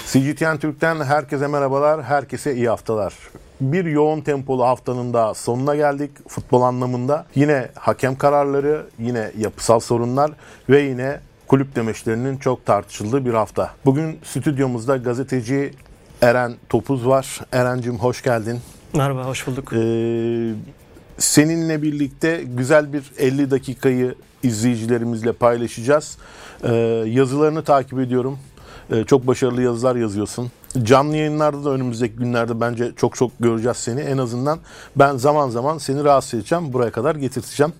CGTN Türk'ten herkese merhabalar, herkese iyi haftalar. Bir yoğun tempolu haftanın da sonuna geldik futbol anlamında. Yine hakem kararları, yine yapısal sorunlar ve yine kulüp demeçlerinin çok tartışıldığı bir hafta. Bugün stüdyomuzda gazeteci Eren Topuz var. Eren'cim hoş geldin. Merhaba, hoş bulduk. Seninle birlikte güzel bir 50 dakikayı izleyicilerimizle paylaşacağız. Yazılarını takip ediyorum. Çok başarılı yazılar yazıyorsun. Canlı yayınlarda da önümüzdeki günlerde bence çok göreceğiz seni. En azından ben zaman zaman seni rahatsız edeceğim. Buraya kadar getirteceğim.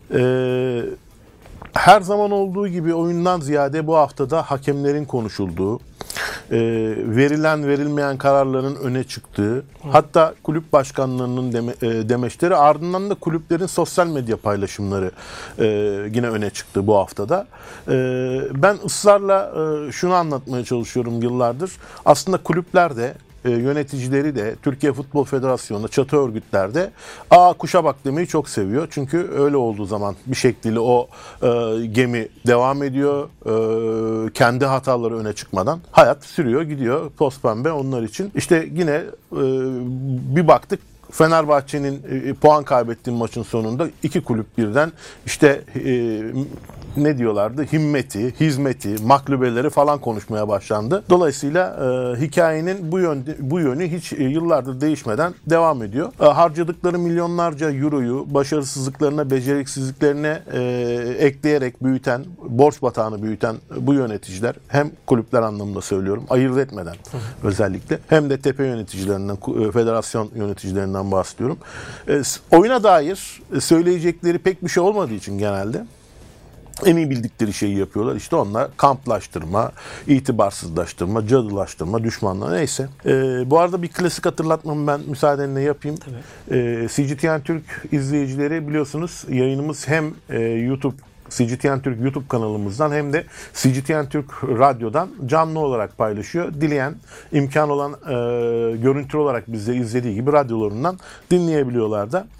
Her zaman olduğu gibi oyundan ziyade bu haftada hakemlerin konuşulduğu, verilen verilmeyen kararların öne çıktığı, hatta kulüp başkanlarının demeçleri, ardından da kulüplerin sosyal medya paylaşımları yine öne çıktı bu haftada. Ben ısrarla şunu anlatmaya çalışıyorum yıllardır. Aslında kulüpler de, yöneticileri de, Türkiye Futbol Federasyonu'nda, çatı örgütlerde kuşa bak demeyi çok seviyor. Çünkü öyle olduğu zaman bir şekilde o gemi devam ediyor. Kendi hataları öne çıkmadan hayat sürüyor, gidiyor. Toz pembe onlar için. İşte yine bir baktık Fenerbahçe'nin puan kaybettiği maçın sonunda iki kulüp birden işte ne diyorlardı? Himmeti, hizmeti, maklubeleri falan konuşmaya başlandı. Dolayısıyla hikayenin bu yönü hiç yıllardır değişmeden devam ediyor. Harcadıkları milyonlarca euroyu başarısızlıklarına, beceriksizliklerine ekleyerek büyüten, borç batağını büyüten bu yöneticiler, hem kulüpler anlamında söylüyorum, ayırt etmeden özellikle, hem de tepe yöneticilerinden, federasyon yöneticilerinden bahsediyorum. Oyuna dair söyleyecekleri pek bir şey olmadığı için genelde en iyi bildikleri şeyi yapıyorlar. İşte onlar kamplaştırma, itibarsızlaştırma, cadılaştırma, düşmanla neyse. Bu arada bir klasik hatırlatmamı ben müsaadenle yapayım. CGTN Türk izleyicileri biliyorsunuz yayınımız hem YouTube CGTN Türk YouTube kanalımızdan hem de CGTN Türk Radyo'dan canlı olarak paylaşıyor. Dileyen, imkan olan görüntülü olarak bizde izlediği gibi radyolarından dinleyebiliyorlar da.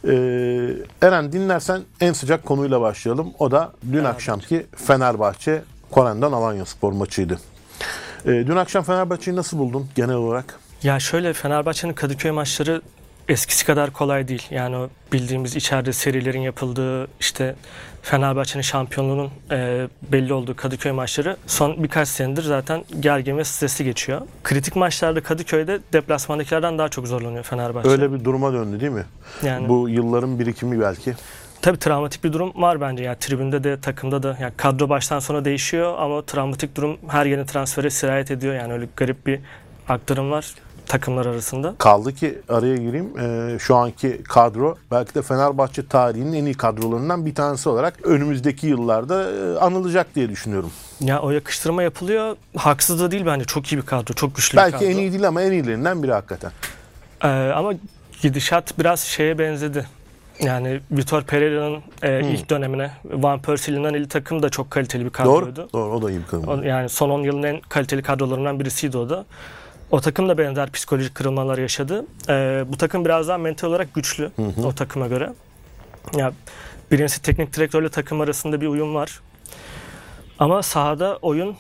Eren, dinlersen en sıcak konuyla başlayalım. O da dün akşamki Fenerbahçe Koren'den Alanyaspor maçıydı. Dün akşam Fenerbahçe'yi nasıl buldun genel olarak? Ya şöyle, Fenerbahçe'nin Kadıköy maçları eskisi kadar kolay değil. Yani o bildiğimiz içeride serilerin yapıldığı, işte Fenerbahçe'nin şampiyonluğunun belli olduğu Kadıköy maçları son birkaç senedir zaten gergin ve stresli geçiyor. Kritik maçlarda Kadıköy'de deplasmandakilerden daha çok zorlanıyor Fenerbahçe. Öyle bir duruma döndü değil mi? Yani bu yılların birikimi belki. Tabii travmatik bir durum var bence. Yani tribünde de takımda da, yani kadro baştan sona değişiyor ama travmatik durum her yeni transfere sirayet ediyor. Yani öyle garip bir aktarım var takımlar arasında. Kaldı ki araya gireyim, şu anki kadro belki de Fenerbahçe tarihinin en iyi kadrolarından bir tanesi olarak önümüzdeki yıllarda anılacak diye düşünüyorum. Ya o yakıştırma yapılıyor. Haksız da değil bence. Çok iyi bir kadro. Çok güçlü belki bir kadro. Belki en iyi değil ama en iyilerinden biri hakikaten. Ama gidişat biraz şeye benzedi. Yani Vitor Pereira'nın ilk dönemine, Van Persie'nin eli takım da çok kaliteli bir kadroydu. Doğru, o da iyi bir kadro. Yani son 10 yılın en kaliteli kadrolarından birisiydi o da. O takım da benzer psikolojik kırılmalar yaşadı. Bu takım biraz daha mental olarak güçlü o takıma göre. Ya birincisi teknik direktörle takım arasında bir uyum var. Ama sahada oyun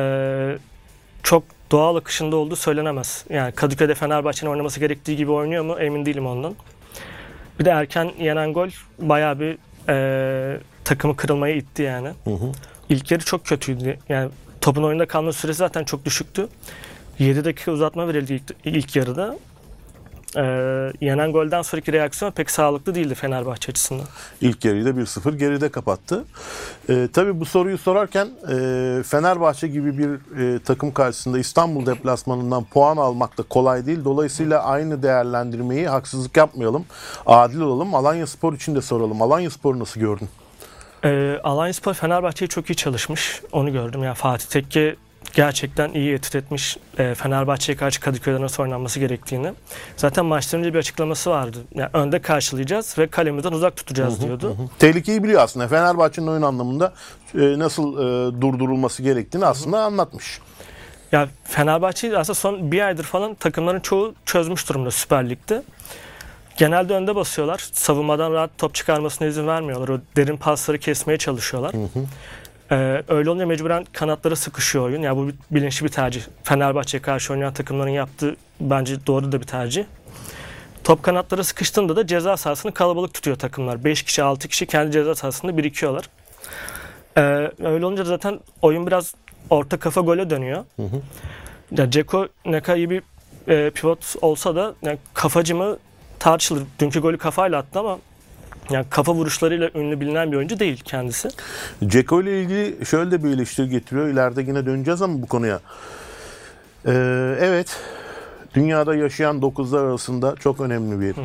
çok doğal akışında olduğu söylenemez. Yani Kadıköy'de Fenerbahçe'nin oynaması gerektiği gibi oynuyor mu? Emin değilim ondan. Bir de erken yenen gol bayağı bir takımı kırılmaya itti yani. İlk yarı çok kötüydü. Yani topun oyunda kalma süresi zaten çok düşüktü. 7 dakika uzatma verildi ilk yarıda. Yenen golden sonraki reaksiyon pek sağlıklı değildi Fenerbahçe açısından. İlk yarıyı da 1-0 geride kapattı. Tabii bu soruyu sorarken Fenerbahçe gibi bir takım karşısında İstanbul deplasmanından puan almak da kolay değil. Dolayısıyla aynı değerlendirmeyi, haksızlık yapmayalım, adil olalım. Alanyaspor için de soralım. Alanyaspor'u nasıl gördün? Alanyaspor Fenerbahçe'yi çok iyi çalışmış. Onu gördüm. Yani Fatih Tekke gerçekten iyi etüt etmiş Fenerbahçe'ye karşı Kadıköy'de nasıl oynanması gerektiğini. Zaten maçtan önce bir açıklaması vardı. Yani önde karşılayacağız ve kalemizden uzak tutacağız diyordu. Tehlikeyi biliyor aslında. Fenerbahçe'nin oyun anlamında nasıl durdurulması gerektiğini aslında anlatmış. Ya Fenerbahçe aslında son bir aydır falan takımların çoğu çözmüş durumda Süper Lig'de. Genelde önde basıyorlar. Savunmadan rahat top çıkarmasına izin vermiyorlar. O derin pasları kesmeye çalışıyorlar. Öyle olunca mecburen kanatlara sıkışıyor oyun. Yani bu bilinçli bir tercih. Fenerbahçe'ye karşı oynayan takımların yaptığı bence doğru da bir tercih. Top kanatlara sıkıştığında da ceza sahasını kalabalık tutuyor takımlar. 5 kişi 6 kişi kendi ceza sahasında birikiyorlar. Öyle olunca zaten oyun biraz orta kafa gole dönüyor. Ya Dzeko ne kadar iyi bir pivot olsa da yani kafacı mı tartışılır. Dünkü golü kafayla attı ama yani kafa vuruşlarıyla ünlü bilinen bir oyuncu değil kendisi. Dzeko ile ilgili şöyle de bir eleştiri getiriyor. İleride yine döneceğiz ama bu konuya. Evet, dünyada yaşayan 9'lar arasında çok önemli bir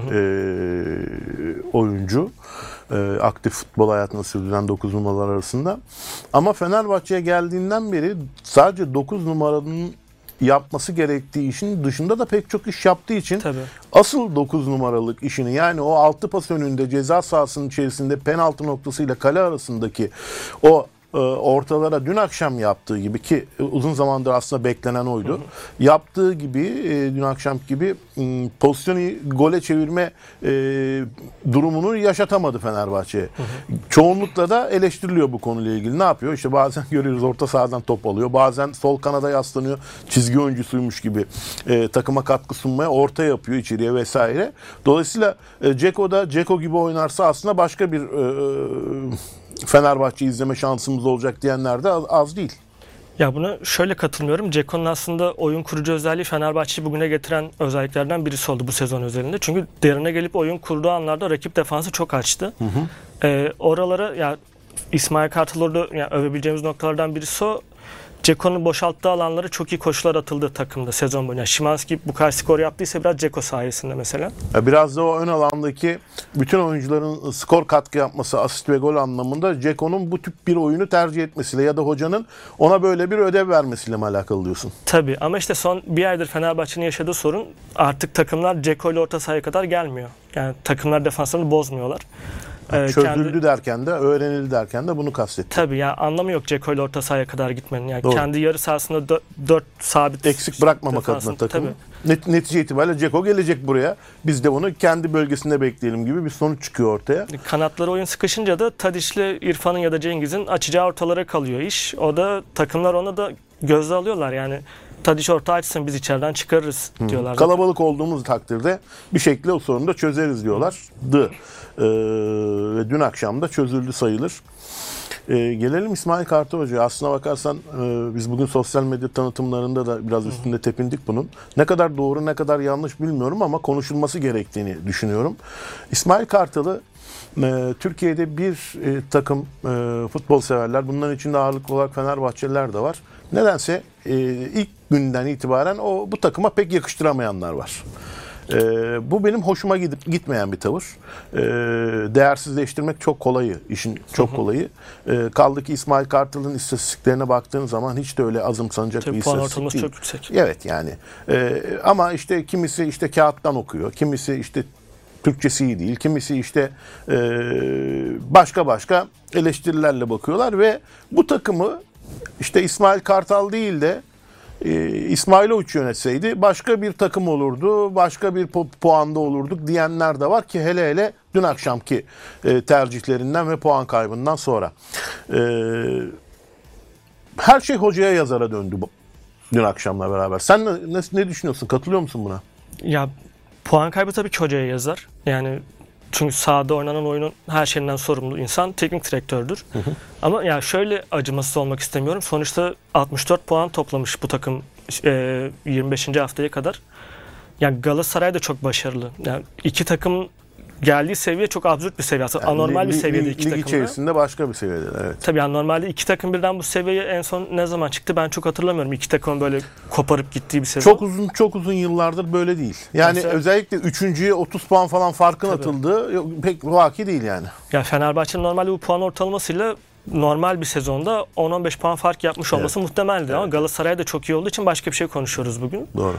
oyuncu. Aktif futbol hayatını sürdüren 9 numaralar arasında. Ama Fenerbahçe'ye geldiğinden beri sadece 9 numaranın yapması gerektiği işin dışında da pek çok iş yaptığı için Tabii. asıl 9 numaralık işini, yani o 6 pas önünde ceza sahasının içerisinde penaltı noktasıyla kale arasındaki o ortalara dün akşam yaptığı gibi, ki uzun zamandır aslında beklenen oydu. Yaptığı gibi dün akşam gibi pozisyonu gole çevirme durumunu yaşatamadı Fenerbahçe. Çoğunlukla da eleştiriliyor bu konuyla ilgili. Ne yapıyor? İşte bazen görüyoruz orta sahadan top alıyor. Bazen sol kanada yaslanıyor. Çizgi oyuncusuymuş gibi takıma katkı sunmaya orta yapıyor içeriye vesaire. Dolayısıyla Dzeko gibi oynarsa aslında başka bir Fenerbahçe izleme şansımız olacak diyenler de az değil. Ya buna şöyle katılmıyorum. Dzeko'nun aslında oyun kurucu özelliği Fenerbahçe'yi bugüne getiren özelliklerden birisi oldu bu sezon özelinde. Çünkü derine gelip oyun kurduğu anlarda rakip defansı çok açtı. Oralara ya İsmail Kartal orada yani övebileceğimiz noktalardan birisi o. Dzeko'nun boşalttığı alanlara çok iyi koşular atıldı takımda sezon boyunca. Szymański bu kadar skor yaptıysa biraz Dzeko sayesinde mesela. Biraz da o ön alandaki bütün oyuncuların skor katkı yapması, asist ve gol anlamında Dzeko'nun bu tip bir oyunu tercih etmesiyle ya da hocanın ona böyle bir ödev vermesiyle mi alakalı diyorsun? Tabii ama işte son bir aydır Fenerbahçe'nin yaşadığı sorun artık takımlar Dzeko ile orta sahaya kadar gelmiyor. Yani takımlar defanslarını bozmuyorlar. Çözüldü derken de, öğrenildi derken de bunu kastetti. Tabii ya anlamı yok Dzeko ile orta sahaya kadar gitmenin. Yani doğru. kendi yarı sahasında 4 sabit eksik bırakmamak adına takımı. Netice itibariyle Dzeko gelecek buraya. Biz de onu kendi bölgesinde bekleyelim gibi bir sonuç çıkıyor ortaya. Kanatları oyun sıkışınca da Tadic'le İrfan'ın ya da Cengiz'in açacağı ortalara kalıyor iş. O da takımlar ona da gözle alıyorlar yani. Tadic orta açsın biz içeriden çıkarırız diyorlar. Kalabalık olduğumuz takdirde bir şekilde o sorunu da çözeriz diyorlardı. Ve dün akşam da çözüldü sayılır. Gelelim İsmail Kartal Hoca'ya. Aslına bakarsan biz bugün sosyal medya tanıtımlarında da biraz üstünde tepindik bunun. Ne kadar doğru ne kadar yanlış bilmiyorum ama konuşulması gerektiğini düşünüyorum. İsmail Kartal'ı Türkiye'de bir takım futbol severler, bunların içinde ağırlıklı olarak Fenerbahçeliler de var. Nedense ilk günden itibaren bu takıma pek yakıştıramayanlar var. Bu benim hoşuma gitmeyen bir tavır. Değersizleştirmek çok kolayı, işin çok kolayı. Kaldı ki İsmail Kartal'ın istatistiklerine baktığın zaman hiç de öyle azımsanacak bir istatistik değil. Çok yüksek. Evet yani. Ama işte kimisi işte kağıttan okuyor, kimisi işte Türkçesi iyi değil, kimisi işte başka eleştirilerle bakıyorlar ve bu takımı işte İsmail Kartal değil de İsmailovic yönetseydi başka bir takım olurdu, başka bir puanda olurduk diyenler de var ki hele dün akşamki tercihlerinden ve puan kaybından sonra. Her şey hocaya yazara döndü dün akşamla beraber. Sen ne düşünüyorsun? Katılıyor musun buna? Ya puan kaybı tabii ki hocaya yazar. Yani çünkü sahada oynanan oyunun her şeyinden sorumlu insan teknik direktördür. Ama ya şöyle acımasız olmak istemiyorum. Sonuçta 64 puan toplamış bu takım 25. haftaya kadar. Yani Galatasaray da çok başarılı. Yani iki takım geldiği seviye çok absürt bir seviye. Aslında yani anormal bir seviyede iki takım. Lig içerisinde başka bir seviyede. Evet. Tabii yani normalde iki takım birden bu seviyeye en son ne zaman çıktı ben çok hatırlamıyorum. İki takım böyle koparıp gittiği bir sezon. Çok uzun yıllardır böyle değil. Yani mesela, özellikle üçüncüye 30 puan falan farkın atıldığı pek vaki değil yani. Ya Fenerbahçe'nin normalde bu puan ortalamasıyla normal bir sezonda 10-15 puan fark yapmış olması muhtemeldi. Ama Galatasaray da çok iyi olduğu için başka bir şey konuşuyoruz bugün. Doğru.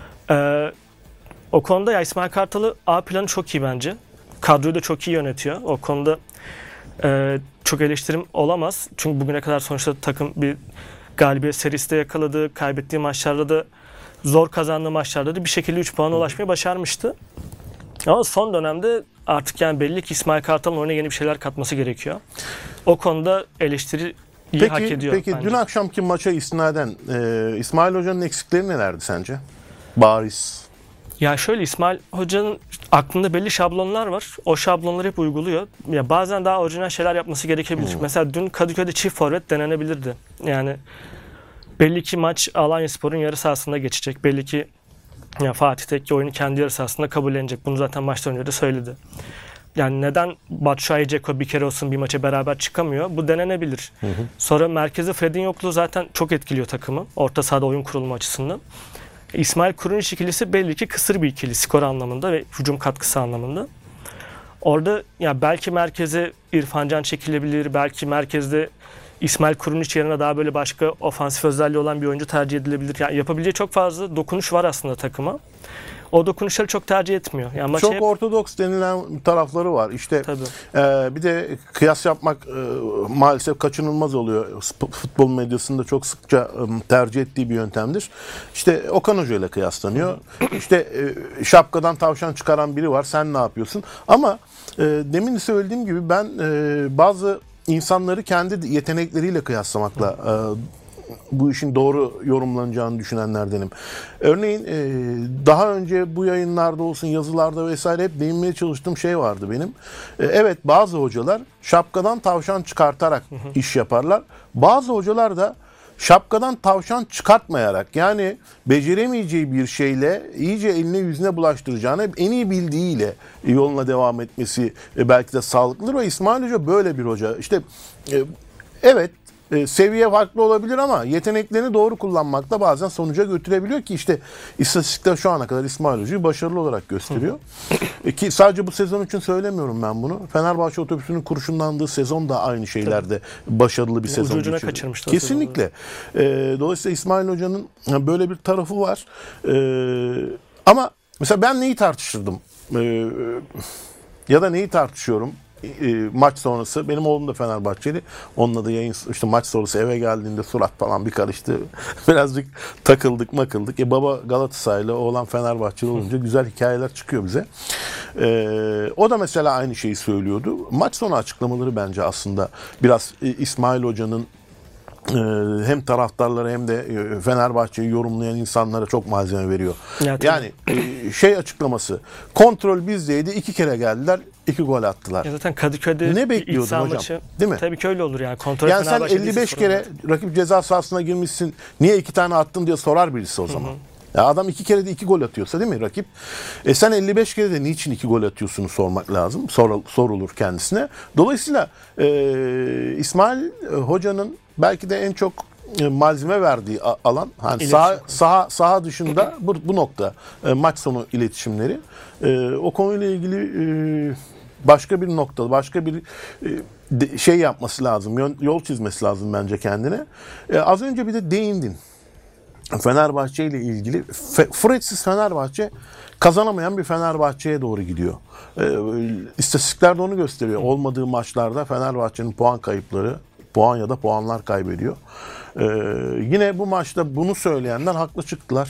O konuda ya İsmail Kartal'ı A planı çok iyi bence. Kadroyu da çok iyi yönetiyor. O konuda çok eleştirim olamaz. Çünkü bugüne kadar sonuçta takım bir galibiyet serisi de yakaladı. Kaybettiği maçlarda da zor kazandığı maçlarda da bir şekilde 3 puana ulaşmayı başarmıştı. Ama son dönemde artık yani belli ki İsmail Kartal'ın oyuna yeni bir şeyler katması gerekiyor. O konuda eleştiri iyi hak ediyor Peki bence. dün akşamki maça istinaden İsmail Hoca'nın eksikleri nelerdi sence? Bariz. Ya şöyle, İsmail Hoca'nın aklında belli şablonlar var. O şablonları hep uyguluyor. Ya bazen daha orijinal şeyler yapması gerekebilir. Mesela dün Kadıköy'de çift forvet denenebilirdi. Yani belli ki maç Alanyaspor'un yarı sahasında geçecek. Belli ki ya Fatih Tekke oyunu kendi yarı sahasında kabullenecek. Bunu zaten maçtan önce de söyledi. Yani neden Batshuayi, Dzeko bir kere olsun bir maça beraber çıkamıyor? Bu denenebilir. Sonra merkezde Fred'in yokluğu zaten çok etkiliyor takımı. Orta sahada oyun kurulumu açısından. İsmail Kurunic ikilisi belli ki kısır bir ikili skor anlamında ve hücum katkısı anlamında. Orada ya belki merkeze İrfan Can çekilebilir, belki merkezde İsmail Kurunic yerine daha böyle başka ofansif özelliği olan bir oyuncu tercih edilebilir. Yani yapabileceği çok fazla dokunuş var aslında takıma. O dokunuşları çok tercih etmiyor. Yani maçı Çok ortodoks denilen tarafları var. İşte bir de kıyas yapmak maalesef kaçınılmaz oluyor. Futbol medyasında çok sıkça tercih ettiği bir yöntemdir. İşte Okan Hoca ile kıyaslanıyor. İşte şapkadan tavşan çıkaran biri var. Sen ne yapıyorsun? Ama demin söylediğim gibi ben bazı insanları kendi yetenekleriyle kıyaslamakla bu işin doğru yorumlanacağını düşünenlerdenim. Örneğin daha önce bu yayınlarda olsun, yazılarda vesaire hep değinmeye çalıştığım şey vardı benim. Evet, bazı hocalar şapkadan tavşan çıkartarak iş yaparlar. Bazı hocalar da şapkadan tavşan çıkartmayarak, yani beceremeyeceği bir şeyle iyice eline yüzüne bulaştıracağını en iyi bildiğiyle yoluna devam etmesi belki de sağlıklıdır ve İsmail Hoca böyle bir hoca. İşte evet, seviye farklı olabilir ama yeteneklerini doğru kullanmakta bazen sonuca götürebiliyor ki işte istatistikler şu ana kadar İsmail Hoca'yı başarılı olarak gösteriyor. Ki sadece bu sezon için söylemiyorum ben bunu. Fenerbahçe otobüsünün kurşunlandığı sezon da aynı şeylerde başarılı bir sezon ucuna geçirdi. kaçırmıştı. Kesinlikle. Dolayısıyla İsmail Hoca'nın böyle bir tarafı var. Ama mesela ben neyi tartışırdım? Ya da neyi tartışıyorum? Maç sonrası, benim oğlum da Fenerbahçeli, onunla da yayın, işte maç sonrası eve geldiğinde surat falan bir karıştı. Birazcık takıldık makıldık. Baba Galatasaraylı, oğlan Fenerbahçeli olunca güzel hikayeler çıkıyor bize. O da mesela aynı şeyi söylüyordu. Maç sonu açıklamaları bence aslında biraz İsmail Hoca'nın hem taraftarlara hem de Fenerbahçe'yi yorumlayan insanlara çok malzeme veriyor. Yani şey açıklaması, kontrol bizdeydi, 2 kere geldiler, 2 gol attılar. Ya zaten Kadıköy'de ne bekliyordun hocam? Maçı, değil mi? Tabii ki öyle olur yani. Kontrol yani sen 55 kere rakip ceza sahasına girmişsin, niye 2 tane attın diye sorar birisi o zaman. Ya adam 2 kere de 2 gol atıyorsa, değil mi rakip? Sen 55 kere de niçin 2 gol atıyorsun sormak lazım. Sorulur kendisine. Dolayısıyla İsmail Hoca'nın belki de en çok malzeme verdiği alan, hani saha dışında bu nokta, maç sonu iletişimleri. O konuyla ilgili başka bir nokta, başka bir şey yapması lazım, yol çizmesi lazım bence kendine. Az önce bir de değindin. Fenerbahçe ile ilgili. Fred'siz Fenerbahçe kazanamayan bir Fenerbahçe'ye doğru gidiyor. İstatistikler de onu gösteriyor. Olmadığı maçlarda Fenerbahçe'nin puan kayıpları, puan ya da puanlar kaybediyor. Yine bu maçta bunu söyleyenler haklı çıktılar.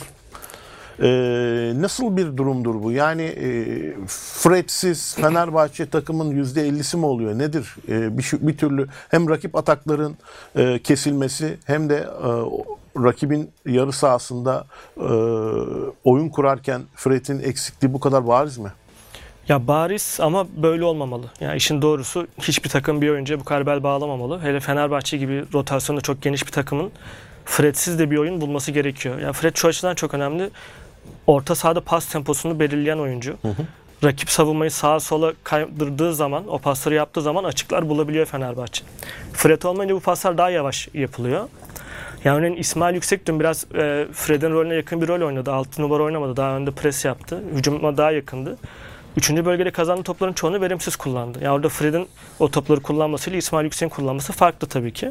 Nasıl bir durumdur bu? Yani Fred'siz Fenerbahçe takımın %50'si mi oluyor? Nedir? Bir türlü hem rakip atakların kesilmesi hem de rakibin yarı sahasında oyun kurarken Fred'in eksikliği bu kadar bariz mi? Ya bariz ama böyle olmamalı. Yani işin doğrusu hiçbir takım bir oyuncuya bu kadar bel bağlamamalı. Hele Fenerbahçe gibi rotasyonu çok geniş bir takımın Fred'siz de bir oyun bulması gerekiyor. Yani Fred şu açıdan çok önemli. Orta sahada pas temposunu belirleyen oyuncu. Rakip savunmayı sağa sola kaydırdığı zaman, o pasları yaptığı zaman açıklar bulabiliyor Fenerbahçe. Fred olmayınca bu paslar daha yavaş yapılıyor. Yani örneğin İsmail Yüksek dün biraz Fred'in rolüne yakın bir rol oynadı. 6 numara oynamadı. Daha önde pres yaptı. Hücuma daha yakındı. 3. bölgede kazandığı topların çoğunu verimsiz kullandı. Yani orada Fred'in o topları kullanmasıyla İsmail Yüksek'in kullanması farklı tabii ki.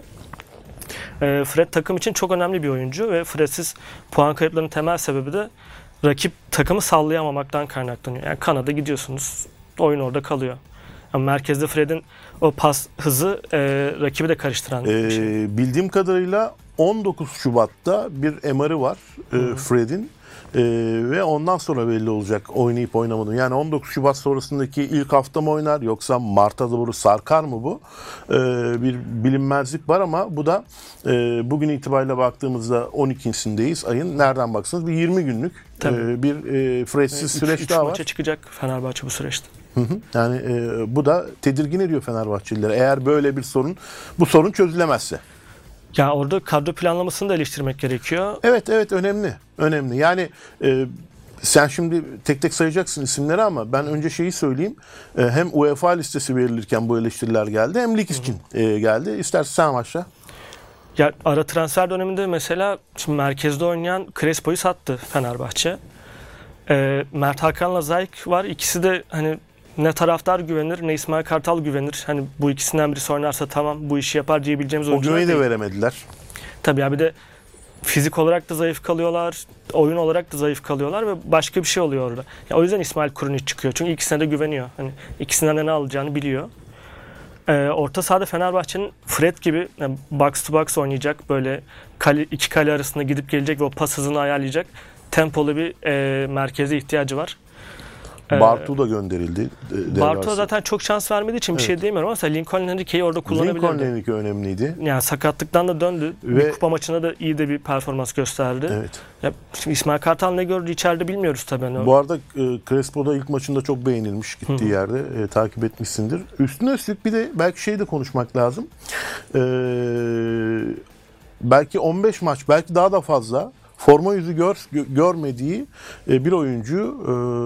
Fred takım için çok önemli bir oyuncu ve Fred'siz puan kayıplarının temel sebebi de rakip takımı sallayamamaktan kaynaklanıyor. Yani kanada gidiyorsunuz, oyun orada kalıyor. Ama merkezde Fred'in o pas hızı rakibi de karıştıran bir şey. Bildiğim kadarıyla 19 Şubat'ta bir MR'ı var Fred'in. Ve ondan sonra belli olacak oynayıp oynamadığını. Yani 19 Şubat sonrasındaki ilk hafta mı oynar yoksa Mart'a doğru sarkar mı bu? Bir bilinmezlik var ama bu da bugün itibariyle baktığımızda 12'sindeyiz ayın. Nereden baksanız bir 20 günlük bir Fred'siz süreç daha var. 3 maça çıkacak Fenerbahçe bu süreçte. Yani bu da tedirgin ediyor Fenerbahçelileri. Eğer böyle bu sorun çözülemezse. Ya orada kadro planlamasını da eleştirmek gerekiyor. Evet önemli. Önemli. Yani sen şimdi tek tek sayacaksın isimleri ama ben önce şeyi söyleyeyim. Hem UEFA listesi verilirken bu eleştiriler geldi hem lig için geldi. İstersen sen başla. Ya ara transfer döneminde mesela şimdi merkezde oynayan Crespo'yu sattı Fenerbahçe. Mert Hakan'la Zayk var. İkisi de hani ne taraftar güvenir ne İsmail Kartal güvenir. Hani bu ikisinden birisi oynarsa tamam bu işi yapar diyebileceğimiz oyuncular değil. O güveni de veremediler. Tabii ya bir de fizik olarak da zayıf kalıyorlar, oyun olarak da zayıf kalıyorlar ve başka bir şey oluyor orada. Ya o yüzden İsmail Kurunic çıkıyor. Çünkü ikisine de güveniyor. Hani ikisinden de ne alacağını biliyor. Orta sahada Fenerbahçe'nin Fred gibi yani box to box oynayacak, böyle iki kale arasında gidip gelecek ve o pas hızını ayarlayacak tempolu bir merkeze ihtiyacı var. Bartu da gönderildi. Bartu zaten çok şans vermediği için bir şey diyemiyorum ama mesela Lincoln Henrique'yi orada kullanabilirdi. Lincoln Henrique önemliydi. Yani sakatlıktan da döndü. Bir kupa maçında da iyi de bir performans gösterdi. Evet. Ya şimdi İsmail Kartal ne gördü içeride bilmiyoruz tabii. Yani. Bu arada Crespo'da ilk maçında çok beğenilmiş gittiği yerde. Takip etmişsindir. Üstüne üstlük bir de belki şeyi de konuşmak lazım. Belki 15 maç, belki daha da fazla forma yüzü görmediği bir oyuncu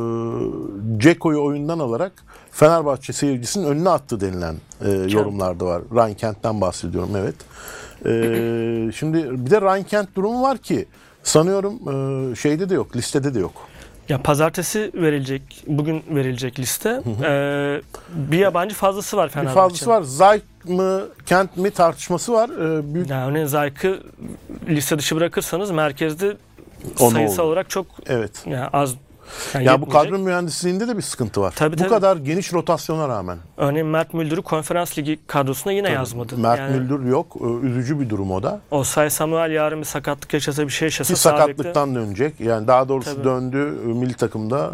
Ceko'yu oyundan alarak Fenerbahçe seyircisinin önüne attı denilen yorumlarda var. Ryan Kent'ten bahsediyorum, evet. Şimdi bir de Ryan Kent durumu var ki sanıyorum şeyde de yok, listede de yok. Ya pazartesi bugün verilecek liste. Bir yabancı fazlası var Fenerbahçe'nin. Bir fazlası var. Zayk mı, Kent mi tartışması var. Yani Zayk'ı liste dışı bırakırsanız merkezde sayısal olarak çok yani az. Yani bu kadro mühendisliğinde de bir sıkıntı var. Bu kadar geniş rotasyona rağmen. Örneğin Mert Müldür'ü Konferans Ligi kadrosuna yine yazmadı. Mert Müldür yok. Üzücü bir durum o da. Osay Samuel yarın bir sakatlık yaşasa, bir şey yaşasa. Ki sakatlıktan dönecek. Yani daha doğrusu döndü milli takımda.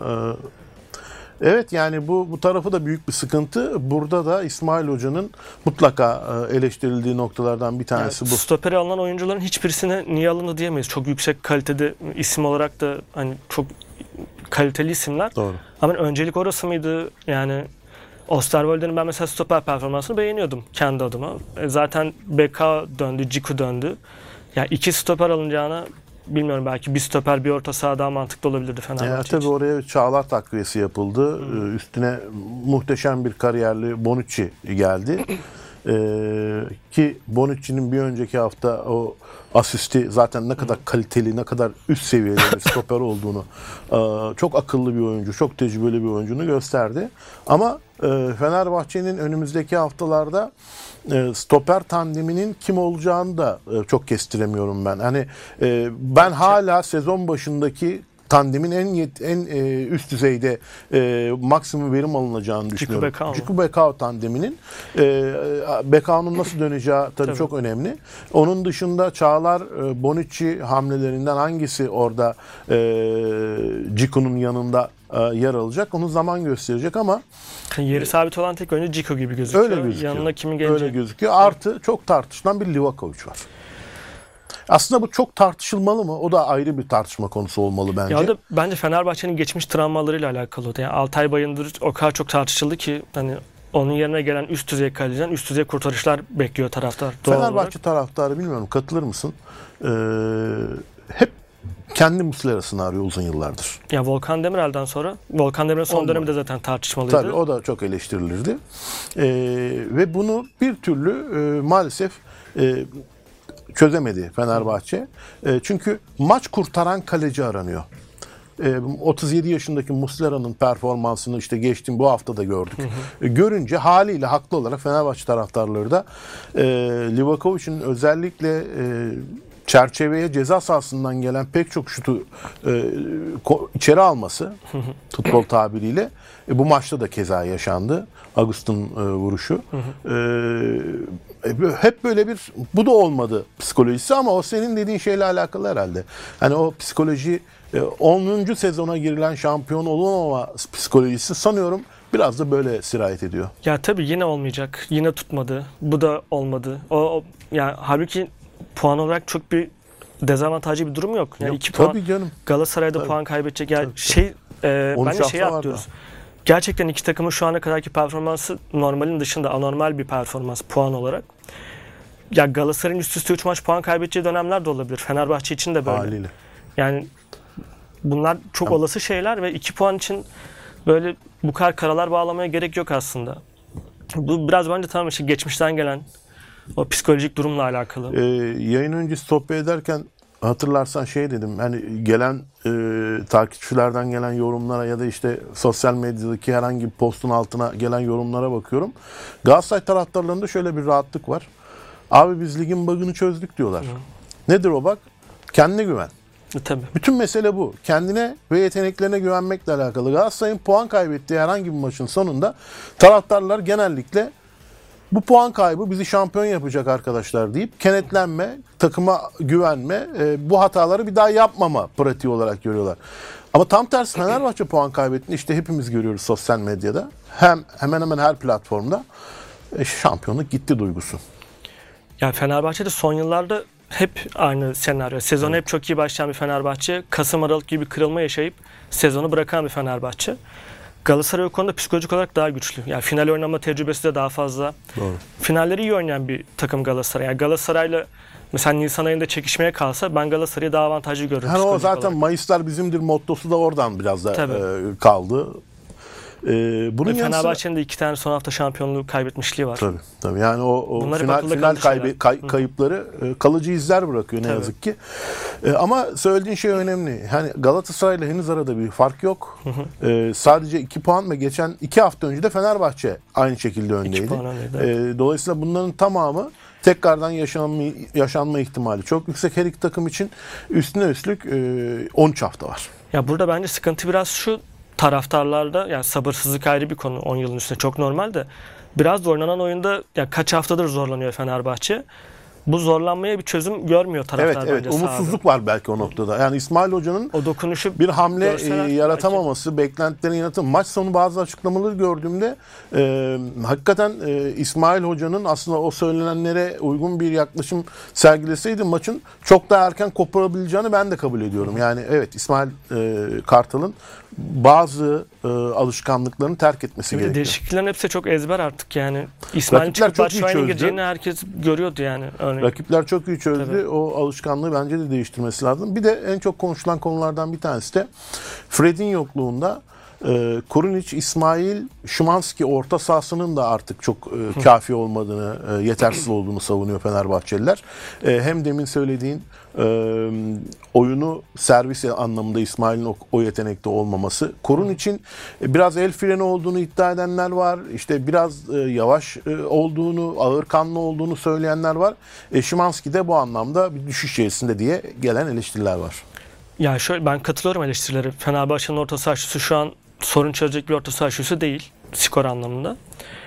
Evet, yani bu tarafı da büyük bir sıkıntı. Burada da İsmail Hoca'nın mutlaka eleştirildiği noktalardan bir tanesi bu. Stopere alınan oyuncuların hiçbirisine niye alındı diyemeyiz. Çok yüksek kalitede isim olarak da hani çok kaliteli isimler. Doğru. Ama öncelik orası mıydı? Yani Osterwolde'nin ben mesela stoper performansını beğeniyordum kendi adıma. Zaten BK döndü, Ciku döndü. Yani 2 stoper alınacağına bilmiyorum, belki bir stoper bir orta saha daha mantıklı olabilirdi Fenerbahçe için. Tabii oraya Çağlar takviyesi yapıldı. Üstüne muhteşem bir kariyerli Bonucci geldi. Ki Bonucci'nin bir önceki hafta o asisti zaten ne kadar kaliteli, ne kadar üst seviyede bir stoper olduğunu, çok akıllı bir oyuncu, çok tecrübeli bir oyuncunu gösterdi. Ama Fenerbahçe'nin önümüzdeki haftalarda stoper tandeminin kim olacağını da çok kestiremiyorum ben. Hani ben hala sezon başındaki tandemin en üst düzeyde maksimum verim alınacağını düşünüyorum. Ciku Bekao tandeminin Bekao'nun nasıl döneceği tabii çok önemli. Onun dışında Çağlar Bonucci hamlelerinden hangisi orada Ciku'nun yanında yer alacak, onu zaman gösterecek ama yeri sabit olan tek oyuncu Ciku gibi gözüküyor. Öyle gözüküyor. Yanına kimin geleceği? Öyle gözüküyor. Artı çok tartışılan bir Livakovic var. Aslında bu çok tartışılmalı mı? O da ayrı bir tartışma konusu olmalı bence. Ya da bence Fenerbahçe'nin geçmiş travmalarıyla alakalı. Yani Altay Bayındır o kadar çok tartışıldı ki hani onun yerine gelen üst düzey kaleciden üst düzey kurtarışlar bekliyor taraftar. Fenerbahçe taraftarı, bilmiyorum katılır mısın? Hep kendi Muslera'sını arıyor uzun yıllardır. Ya Volkan Demirel'den sonra, Volkan Demirel son dönemi de zaten tartışmalıydı. Tabii o da çok eleştirilirdi. Ve bunu bir türlü maalesef çözemedi Fenerbahçe. Çünkü maç kurtaran kaleci aranıyor. 37 yaşındaki Muslera'nın performansını işte bu hafta da gördük. Görünce haliyle haklı olarak Fenerbahçe taraftarları da Livakovic'in özellikle çerçeveye ceza sahasından gelen pek çok şutu içeri alması futbol tabiriyle bu maçta da keza yaşandı. Agustin vuruşu. Hep böyle bir bu da olmadı psikolojisi ama o senin dediğin şeyle alakalı herhalde. Hani o psikoloji 10. sezona girilen şampiyon olamama psikolojisi sanıyorum biraz da böyle sirayet ediyor. Ya tabii yine olmayacak. Yine tutmadı. Bu da olmadı. Yani halbuki puan olarak çok bir dezavantajlı bir durum yok. Yani Yok, 2 puan tabii canım. Galatasaray'da Tabii. puan kaybedecek. Yani tabii. 13 bence şeyi hafta atlıyoruz. vardı. Gerçekten iki takımın şu ana kadarki performansı normalin dışında anormal bir performans puan olarak. Ya Galatasaray'ın üst üste 3 maç puan kaybedeceği dönemler de olabilir. Fenerbahçe için de böyle. Haliyle. Yani bunlar çok olası şeyler ve 2 puan için böyle bu kadar karalar bağlamaya gerek yok aslında. Bu biraz bence tamamen işte geçmişten gelen o psikolojik durumla alakalı. Yayın öncesi sohbet ederken hatırlarsan şey dedim, hani gelen takipçilerden gelen yorumlara ya da işte sosyal medyadaki herhangi bir postun altına gelen yorumlara bakıyorum. Galatasaray taraftarlarında şöyle bir rahatlık var. Abi biz ligin bug'ını çözdük diyorlar. Nedir o bug? Kendine güven. Tabii. Bütün mesele bu. Kendine ve yeteneklerine güvenmekle alakalı. Galatasaray'ın puan kaybettiği herhangi bir maçın sonunda taraftarlar genellikle bu puan kaybı bizi şampiyon yapacak arkadaşlar deyip kenetlenme, takıma güvenme, bu hataları bir daha yapmama pratiği olarak görüyorlar. Ama tam tersi Fenerbahçe puan kaybettiğinde işte hepimiz görüyoruz sosyal medyada. Hemen hemen her platformda şampiyonluk gitti duygusu. Yani Fenerbahçe'de son yıllarda hep aynı senaryo. Sezonu hep çok iyi başlayan bir Fenerbahçe, Kasım Aralık gibi bir kırılma yaşayıp sezonu bırakan bir Fenerbahçe. Galatasaray o konuda psikolojik olarak daha güçlü. Yani final oynama tecrübesi de daha fazla. Doğru. Finalleri iyi oynayan bir takım Galatasaray. Yani Galatasaray'la mesela Nisan ayında çekişmeye kalsa ben Galatasaray'ı daha avantajlı görüyorum. Yani o zaten olarak. Mayıslar bizimdir mottosu da oradan biraz da kaldı. Bunun yanı sıra Fenerbahçe'nin de 2 tane son hafta şampiyonluğu kaybetmişliği var. Tabii. Yani o final kayıpları kalıcı izler bırakıyor ne yazık ki. Ama söylediğin şey önemli. Hani Galatasaray'la henüz arada bir fark yok. Sadece 2 puan ve geçen 2 hafta önce de Fenerbahçe aynı şekilde öndeydi. Dolayısıyla bunların tamamı tekrardan yaşanma ihtimali çok yüksek. Her iki takım için üstüne üstlük 13 hafta var. Ya burada bence sıkıntı biraz şu: taraftarlarda, yani sabırsızlık ayrı bir konu, 10 yılın üstünde çok normal de biraz da oynanan oyunda ya kaç haftadır zorlanıyor Fenerbahçe. Bu zorlanmaya bir çözüm görmüyor taraftar Evet, bence umutsuzluk sahada. var belki o noktada. Yani İsmail Hoca'nın O dokunuşu bir hamle yaratamaması, belki. beklentilerin yaratamaması. Maç sonu bazı açıklamaları gördüğümde hakikaten İsmail Hoca'nın aslında o söylenenlere uygun bir yaklaşım sergileseydi maçın çok daha erken koparabileceğini ben de kabul ediyorum. Yani evet, İsmail Kartal'ın bazı alışkanlıklarını terk etmesi gerekiyor. Değişikliklerin hepsi çok ezber artık yani. İsmail'in çıkıp Batshuayi'nin gireceğini herkes görüyordu yani. Örneğin. Rakipler çok iyi çözdü. Tabii. O alışkanlığı bence de değiştirmesi lazım. Bir de en çok konuşulan konulardan bir tanesi de Fred'in yokluğunda Kurunic, İsmail, Szymanski orta sahasının da artık çok kafi olmadığını, yetersiz olduğunu savunuyor Fenerbahçeliler. Hem demin söylediğin oyunu servis anlamında İsmail'in o yetenekte olmaması. Kurunic'in biraz el freni olduğunu iddia edenler var. İşte biraz yavaş olduğunu, ağırkanlı olduğunu söyleyenler var. Szymanski de bu anlamda bir düşüş içerisinde diye gelen eleştiriler var. Ya şöyle, ben katılıyorum eleştirilere. Fenerbahçe'nin orta saha üçlüsü şu an sorun çözecek bir orta saha üçlüsü değil skor anlamında.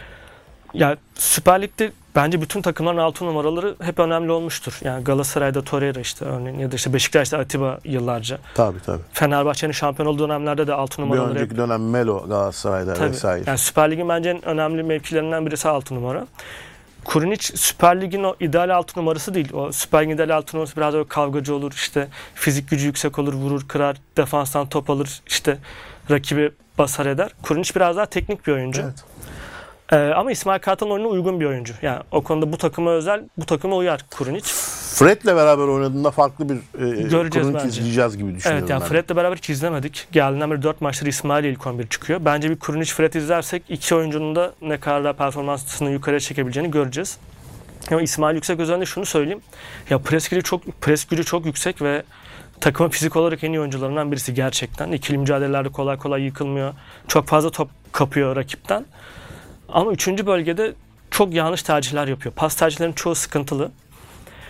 Ya Süper Lig'de bence bütün takımların 6 numaraları hep önemli olmuştur. Yani Galatasaray'da Torreira işte örneğin, ya da işte Beşiktaş'ta Atiba yıllarca. Tabii. Fenerbahçe'nin şampiyon olduğu dönemlerde de 6 numaraları bir önceki dönem Melo Galatasaray'da vesaire. Yani Süper Lig'in bence en önemli mevkilerinden birisi 6 numara. Kurunic Süper Lig'in o ideal 6 numarası değil. O Süper Lig'in ideal 6 numarası biraz öyle kavgacı olur, işte fizik gücü yüksek olur, vurur, kırar, defanstan top alır, işte rakibi basar eder. Kurunic biraz daha teknik bir oyuncu. Evet. Ama İsmail Kartal'ın oyununa uygun bir oyuncu. Yani o konuda bu takıma özel, bu takıma uyar Kurunic. Fred'le beraber oynadığında farklı bir Kurunic izleyeceğiz gibi düşünüyorum. Evet, yani Fred'le beraber hiç izlemedik. Geldiğinden beri 4 maçları İsmail ilk 11 çıkıyor. Bence bir Kurunic Fred izlersek iki oyuncunun da ne kadar performansını yukarıya çekebileceğini göreceğiz. Ama İsmail Yüksek özelinde şunu söyleyeyim. Ya pres gücü çok yüksek ve takımın fizik olarak en iyi oyuncularından birisi gerçekten. İkili mücadelelerde kolay kolay yıkılmıyor. Çok fazla top kapıyor rakipten. Ama 3. bölgede çok yanlış tercihler yapıyor. Pas tercihlerinin çoğu sıkıntılı.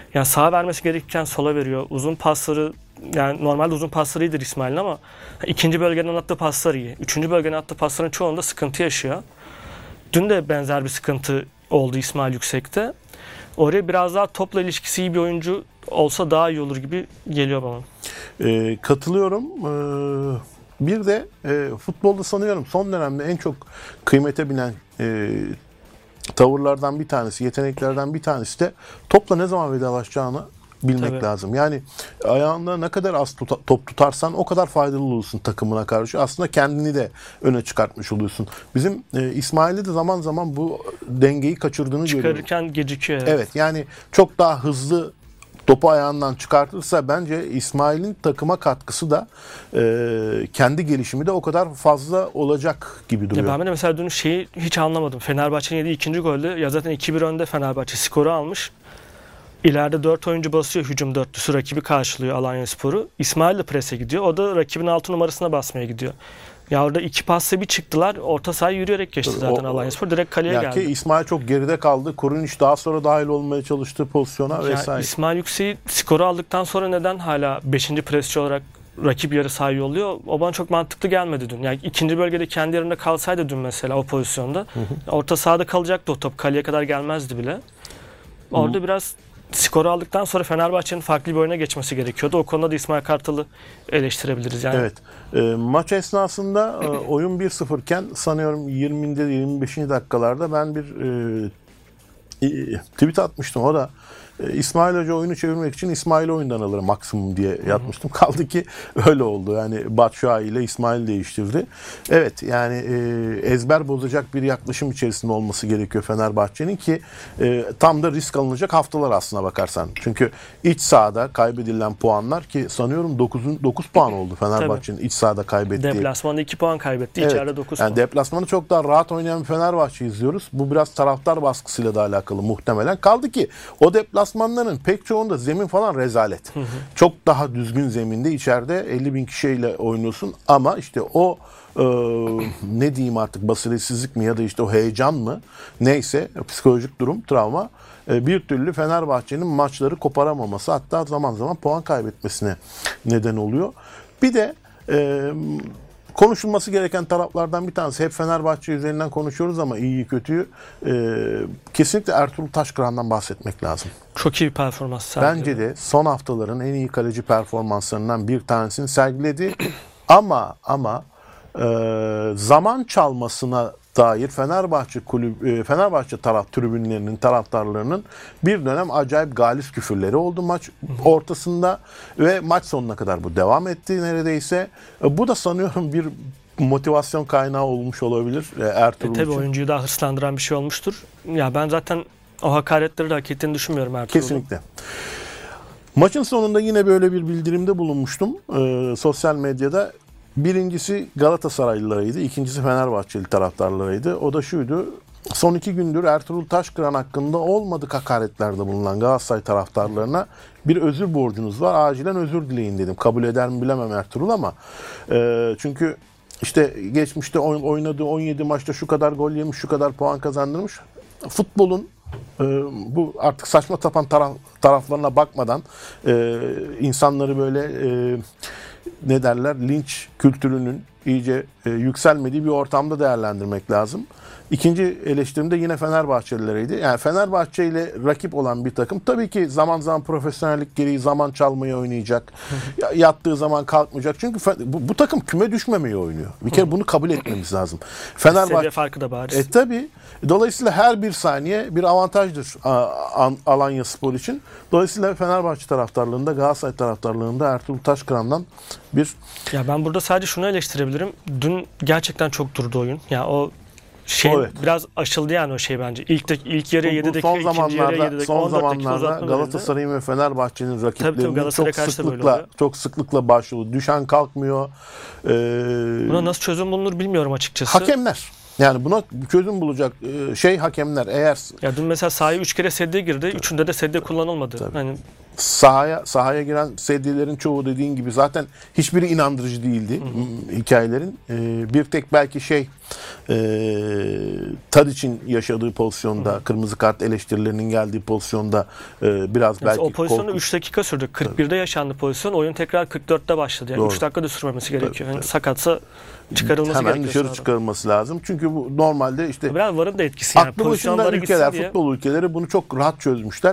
Yani sağa vermesi gerekirken sola veriyor. Uzun pasları, yani normalde uzun pasları iyidir İsmail'in ama ikinci bölgeden attığı paslar iyi. Üçüncü bölgeden attığı pasların çoğunda sıkıntı yaşıyor. Dün de benzer bir sıkıntı oldu İsmail Yüksek'te. Oraya biraz daha topla ilişkisi iyi bir oyuncu olsa daha iyi olur gibi geliyor bana. Katılıyorum. Bir de futbolda sanıyorum son dönemde en çok kıymete binen tavırlardan bir tanesi, yeteneklerden bir tanesi de topla ne zaman vedalaşacağını bilmek Tabii. lazım. Yani ayağında ne kadar az top tutarsan o kadar faydalı olursun takımına karşı. Aslında kendini de öne çıkartmış oluyorsun. Bizim İsmail'de de zaman zaman bu dengeyi kaçırdığını görüyorum. Çıkarırken gecikiyor. Evet, yani çok daha hızlı topu ayağından çıkartırsa bence İsmail'in takıma katkısı da kendi gelişimi de o kadar fazla olacak gibi duruyor. Ya ben de mesela dün şeyi hiç anlamadım. Fenerbahçe'nin yediği ikinci golde ya zaten 2-1 önde Fenerbahçe skoru almış. İleride 4 oyuncu basıyor, hücum dörtlüsü rakibi karşılıyor Alanyaspor'u. İsmail de prese gidiyor. O da rakibin 6 numarasına basmaya gidiyor. Ya orada iki pasla bir çıktılar. Orta sahayı yürüyerek geçti zaten Alanyaspor. Direkt kaleye Ya geldi. ki İsmail çok geride kaldı. Kurunic daha sonra dahil olmaya çalıştığı pozisyona Yani vesaire. İsmail Yüksek'i skoru aldıktan sonra neden hala 5. presçi olarak rakip yarı sahayı yolluyor? O bana çok mantıklı gelmedi dün. Yani ikinci bölgede kendi yerinde kalsaydı dün mesela o pozisyonda. Orta sahada kalacaktı o top. Kaleye kadar gelmezdi bile. Orada biraz skoru aldıktan sonra Fenerbahçe'nin farklı bir oyuna geçmesi gerekiyordu. O konuda da İsmail Kartal'ı eleştirebiliriz. Yani Evet. Maç esnasında oyun 1-0 iken sanıyorum 20'de 25. dakikalarda ben bir tweet atmıştım. O da İsmail Hoca oyunu çevirmek için İsmail'i oyundan alır maksimum diye yatmıştım. Kaldı ki öyle oldu. Yani Batshuayi ile İsmail değiştirdi. Evet, yani ezber bozacak bir yaklaşım içerisinde olması gerekiyor Fenerbahçe'nin ki tam da risk alınacak haftalar aslına bakarsan. Çünkü iç sahada kaybedilen puanlar ki sanıyorum 9 puan oldu Fenerbahçe'nin iç sahada kaybettiği. deplasmanda 2 puan kaybetti. Evet. İçeride 9 yani puan. Deplasmanı çok daha rahat oynayan bir Fenerbahçe izliyoruz. Bu biraz taraftar baskısıyla da alakalı muhtemelen. Kaldı ki o deplasmanların pek çoğunda zemin falan rezalet. Çok daha düzgün zeminde içeride 50 bin kişiyle oynuyorsun ama işte o ne diyeyim artık basiretsizlik mi ya da işte o heyecan mı neyse psikolojik durum, travma bir türlü Fenerbahçe'nin maçları koparamaması, hatta zaman zaman puan kaybetmesine neden oluyor. Bir de konuşulması gereken taraflardan bir tanesi, hep Fenerbahçe üzerinden konuşuyoruz ama iyiyi kötüyü, kesinlikle Ertuğrul Taşkıran'dan bahsetmek lazım. Çok iyi bir performans sergiledi. Bence de son haftaların en iyi kaleci performanslarından bir tanesini sergiledi. ama zaman çalmasına dair Fenerbahçe tribünlerinin, taraftarlarının bir dönem acayip galis küfürleri oldu maç ortasında ve maç sonuna kadar bu devam etti neredeyse. Bu da sanıyorum bir motivasyon kaynağı olmuş olabilir Ertuğrul Tabii için. oyuncuyu daha hırslandıran bir şey olmuştur. Ya ben zaten o hakaretleri de hak ettiğini düşünmüyorum Ertuğrul'un. Kesinlikle. Maçın sonunda yine böyle bir bildirimde bulunmuştum sosyal medyada. Birincisi Galatasaraylılarıydı, ikincisi Fenerbahçeli taraftarlarıydı. O da şuydu: son 2 gündür Ertuğrul Taşkıran hakkında olmadık hakaretlerde bulunan Galatasaray taraftarlarına bir özür borcunuz var. Acilen özür dileyin dedim. Kabul eder mi bilemem Ertuğrul ama çünkü işte geçmişte oynadığı 17 maçta şu kadar gol yemiş, şu kadar puan kazandırmış. Futbolun bu artık saçma sapan taraflarına bakmadan insanları böyle ne derler, linç kültürünün iyice yükselmediği bir ortamda değerlendirmek lazım. İkinci eleştirim de yine Fenerbahçelilereydi. Yani Fenerbahçe ile rakip olan bir takım tabii ki zaman zaman profesyonellik gereği zaman çalmayı oynayacak. Yattığı zaman kalkmayacak. Çünkü bu takım küme düşmemeyi oynuyor. Bir kere bunu kabul etmemiz lazım. Seviye farkı da bariz. Tabii. Dolayısıyla her bir saniye bir avantajdır Alanyaspor için. Dolayısıyla Fenerbahçe taraftarlığında, Galatasaray taraftarlığında Ertuğrul Taşkıran'dan bir... Ya ben burada sadece şunu eleştirebilirim. Dün gerçekten çok durdu oyun. Ya o Evet. biraz aşıldı yani o şey bence. İlk yarıya 7 dakika, son ikinci yarıya 7 dakika, son 14 dakika zamanlarda uzatma verildi. Galatasaray'ın ve Fenerbahçe'nin rakiplerinin Galatasaray'a karşı da böyle oluyor. çok sıklıkla başlıyor. Düşen kalkmıyor. Buna nasıl çözüm bulunur bilmiyorum açıkçası. Hakemler. Yani buna çözüm bulacak hakemler eğer... Ya dün mesela sahaya 3 kere sedye girdi. 3'ünde de sedye kullanılmadı. Tabii. Hani sahaya giren sedyelerin çoğu dediğin gibi zaten hiçbiri inandırıcı değildi hikayelerin. Bir tek belki Tadic'in yaşadığı pozisyonda, kırmızı kart eleştirilerinin geldiği pozisyonda biraz Mesela belki o pozisyonda 3 dakika sürdü. 41'de yaşandı pozisyon. Oyun tekrar 44'te başladı. Yani Doğru. 3 dakika da sürmemesi gerekiyor. Yani Tabii. sakatsa çıkarılması hemen gerekiyor. dışarı sahadan. çıkarılması lazım. Çünkü bu normalde işte Biraz VAR'ın da etkisi yani. aklı başında Pozisyonlara ülkeler, gitsin diye. futbol ülkeleri bunu çok rahat çözmüşler.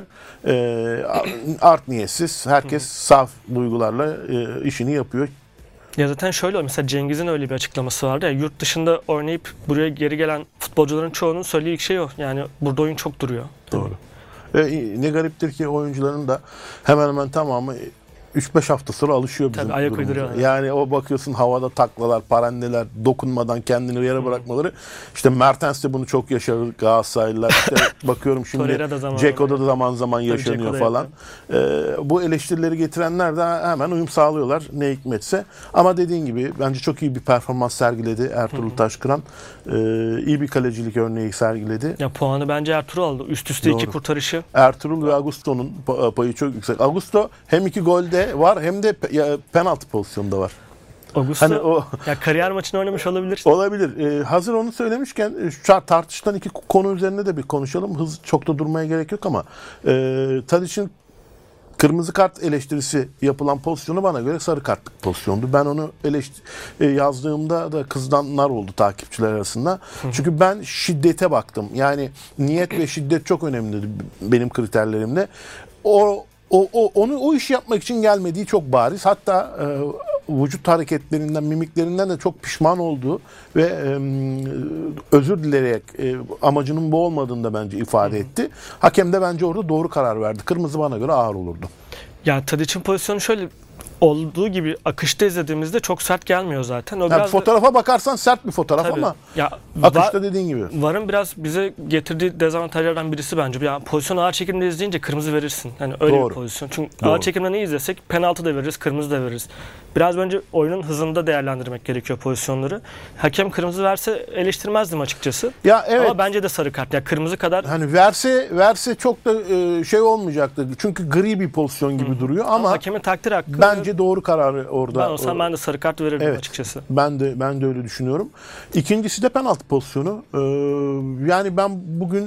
Art niyetsiz, herkes saf duygularla işini yapıyor. Ya zaten şöyle mesela Cengiz'in öyle bir açıklaması vardı ya, yurt dışında oynayıp buraya geri gelen futbolcuların çoğunun söylediği şey o. Yani burada oyun çok duruyor. Doğru. Ne gariptir ki oyuncuların da hemen hemen tamamı 3-5 hafta sonra alışıyor bizim Tabii, ayak durumumuza. uyduruyorlar. Yani o bakıyorsun havada taklalar, parandeler, dokunmadan kendini yere bırakmaları. İşte Mertens de bunu çok yaşadı, Galatasaraylılar. İşte bakıyorum şimdi Torreira da zaman Ceko'da da zaman zaman zaman yaşanıyor Dzeko da falan. Bu eleştirileri getirenler de hemen uyum sağlıyorlar ne hikmetse. Ama dediğin gibi bence çok iyi bir performans sergiledi Ertuğrul Taşkıran. İyi bir kalecilik örneği sergiledi. Ya puanı bence Ertuğrul aldı. Üst üste Doğru. 2 kurtarışı. Ertuğrul ve Augusto'nun payı çok yüksek. Augusto hem 2 golde var hem de penaltı pozisyonunda var. Augusto Hani o ya kariyer maçını oynamış olabilir. olabilir. Hazır onu söylemişken şu tartışılan iki konu üzerine de bir konuşalım. Hız çok da durmaya gerek yok ama Tadic'in kırmızı kart eleştirisi yapılan pozisyonu bana göre sarı kartlık pozisyondu. Ben onu yazdığımda da kızanlar oldu takipçiler arasında. Çünkü ben şiddete baktım. Yani niyet ve şiddet çok önemli benim kriterlerimde. O işi yapmak için gelmediği çok bariz. Hatta vücut hareketlerinden, mimiklerinden de çok pişman olduğu ve özür dileyerek amacının bu olmadığını da bence ifade etti. Hakem de bence orada doğru karar verdi. Kırmızı bana göre ağır olurdu. Ya Tadic'in pozisyonu şöyle olduğu gibi akışta izlediğimizde çok sert gelmiyor zaten. O Yani biraz fotoğrafa bakarsan sert bir fotoğraf tabii. ama Ya akışta dediğin gibi. VAR'ın biraz bize getirdiği dezavantajlardan birisi bence. Ya pozisyonu ağır çekimde izleyince kırmızı verirsin. Yani öyle Doğru. bir pozisyon. Çünkü Doğru. ağır çekimde ne izlesek penaltı da veririz, kırmızı da veririz. Biraz önce oyunun hızında değerlendirmek gerekiyor pozisyonları. Hakem kırmızı verse eleştirmezdim açıkçası. Ya evet. Ama bence de sarı kart. Ya kırmızı kadar Hani verse çok da şey olmayacaktı. Çünkü gri bir pozisyon gibi duruyor ama hakemin takdir hakkı. bence doğru kararı orada. Ben olsam ben de sarı kart verirdim Evet. açıkçası. Ben de öyle düşünüyorum. İkincisi de penaltı pozisyonu. Yani ben bugün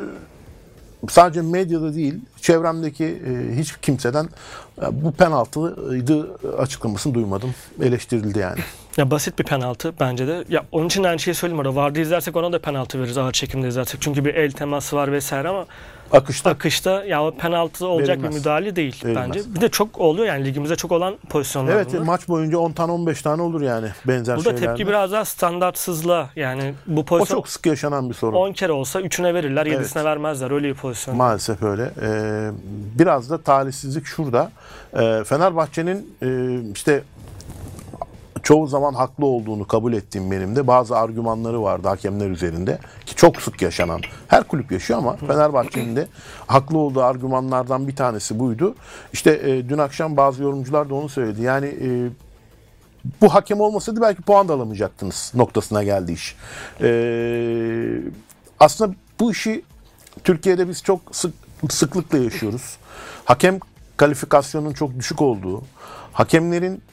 sadece medyada değil, çevremdeki hiç kimseden bu penaltıydı açıklamasını duymadım. Eleştirildi yani. Ya basit bir penaltı bence de. Ya onun için de aynı şeyi söyleyeyim orada. VAR'da izlersek ona da penaltı veririz ağır çekimde izlersek. Çünkü bir el teması var vesaire ama akışta ya o penaltı olacak Verilmez. bir müdahale değil Verilmez. bence. Bir de çok oluyor yani ligimizde çok olan pozisyonlar Evet, bunlar. maç boyunca 10 tane 15 tane olur yani benzer Burada şeylerde. tepki biraz daha standartsızlığa, yani bu O pozisyon çok sık yaşanan bir sorun. 10 kere olsa 3'üne verirler, 7'sine Evet. vermezler, öyle bir pozisyon. Maalesef öyle. Biraz da talihsizlik şurada. Fenerbahçe'nin işte çoğu zaman haklı olduğunu kabul ettiğim benim de bazı argümanları vardı hakemler üzerinde ki çok sık yaşanan. Her kulüp yaşıyor ama Fenerbahçe'nin de haklı olduğu argümanlardan bir tanesi buydu. İşte dün akşam bazı yorumcular da onu söyledi. Yani bu hakem olmasaydı belki puan da alamayacaktınız noktasına geldi iş. Aslında bu işi Türkiye'de biz çok sıklıkla yaşıyoruz. Hakem kalifikasyonunun çok düşük olduğu, hakemlerin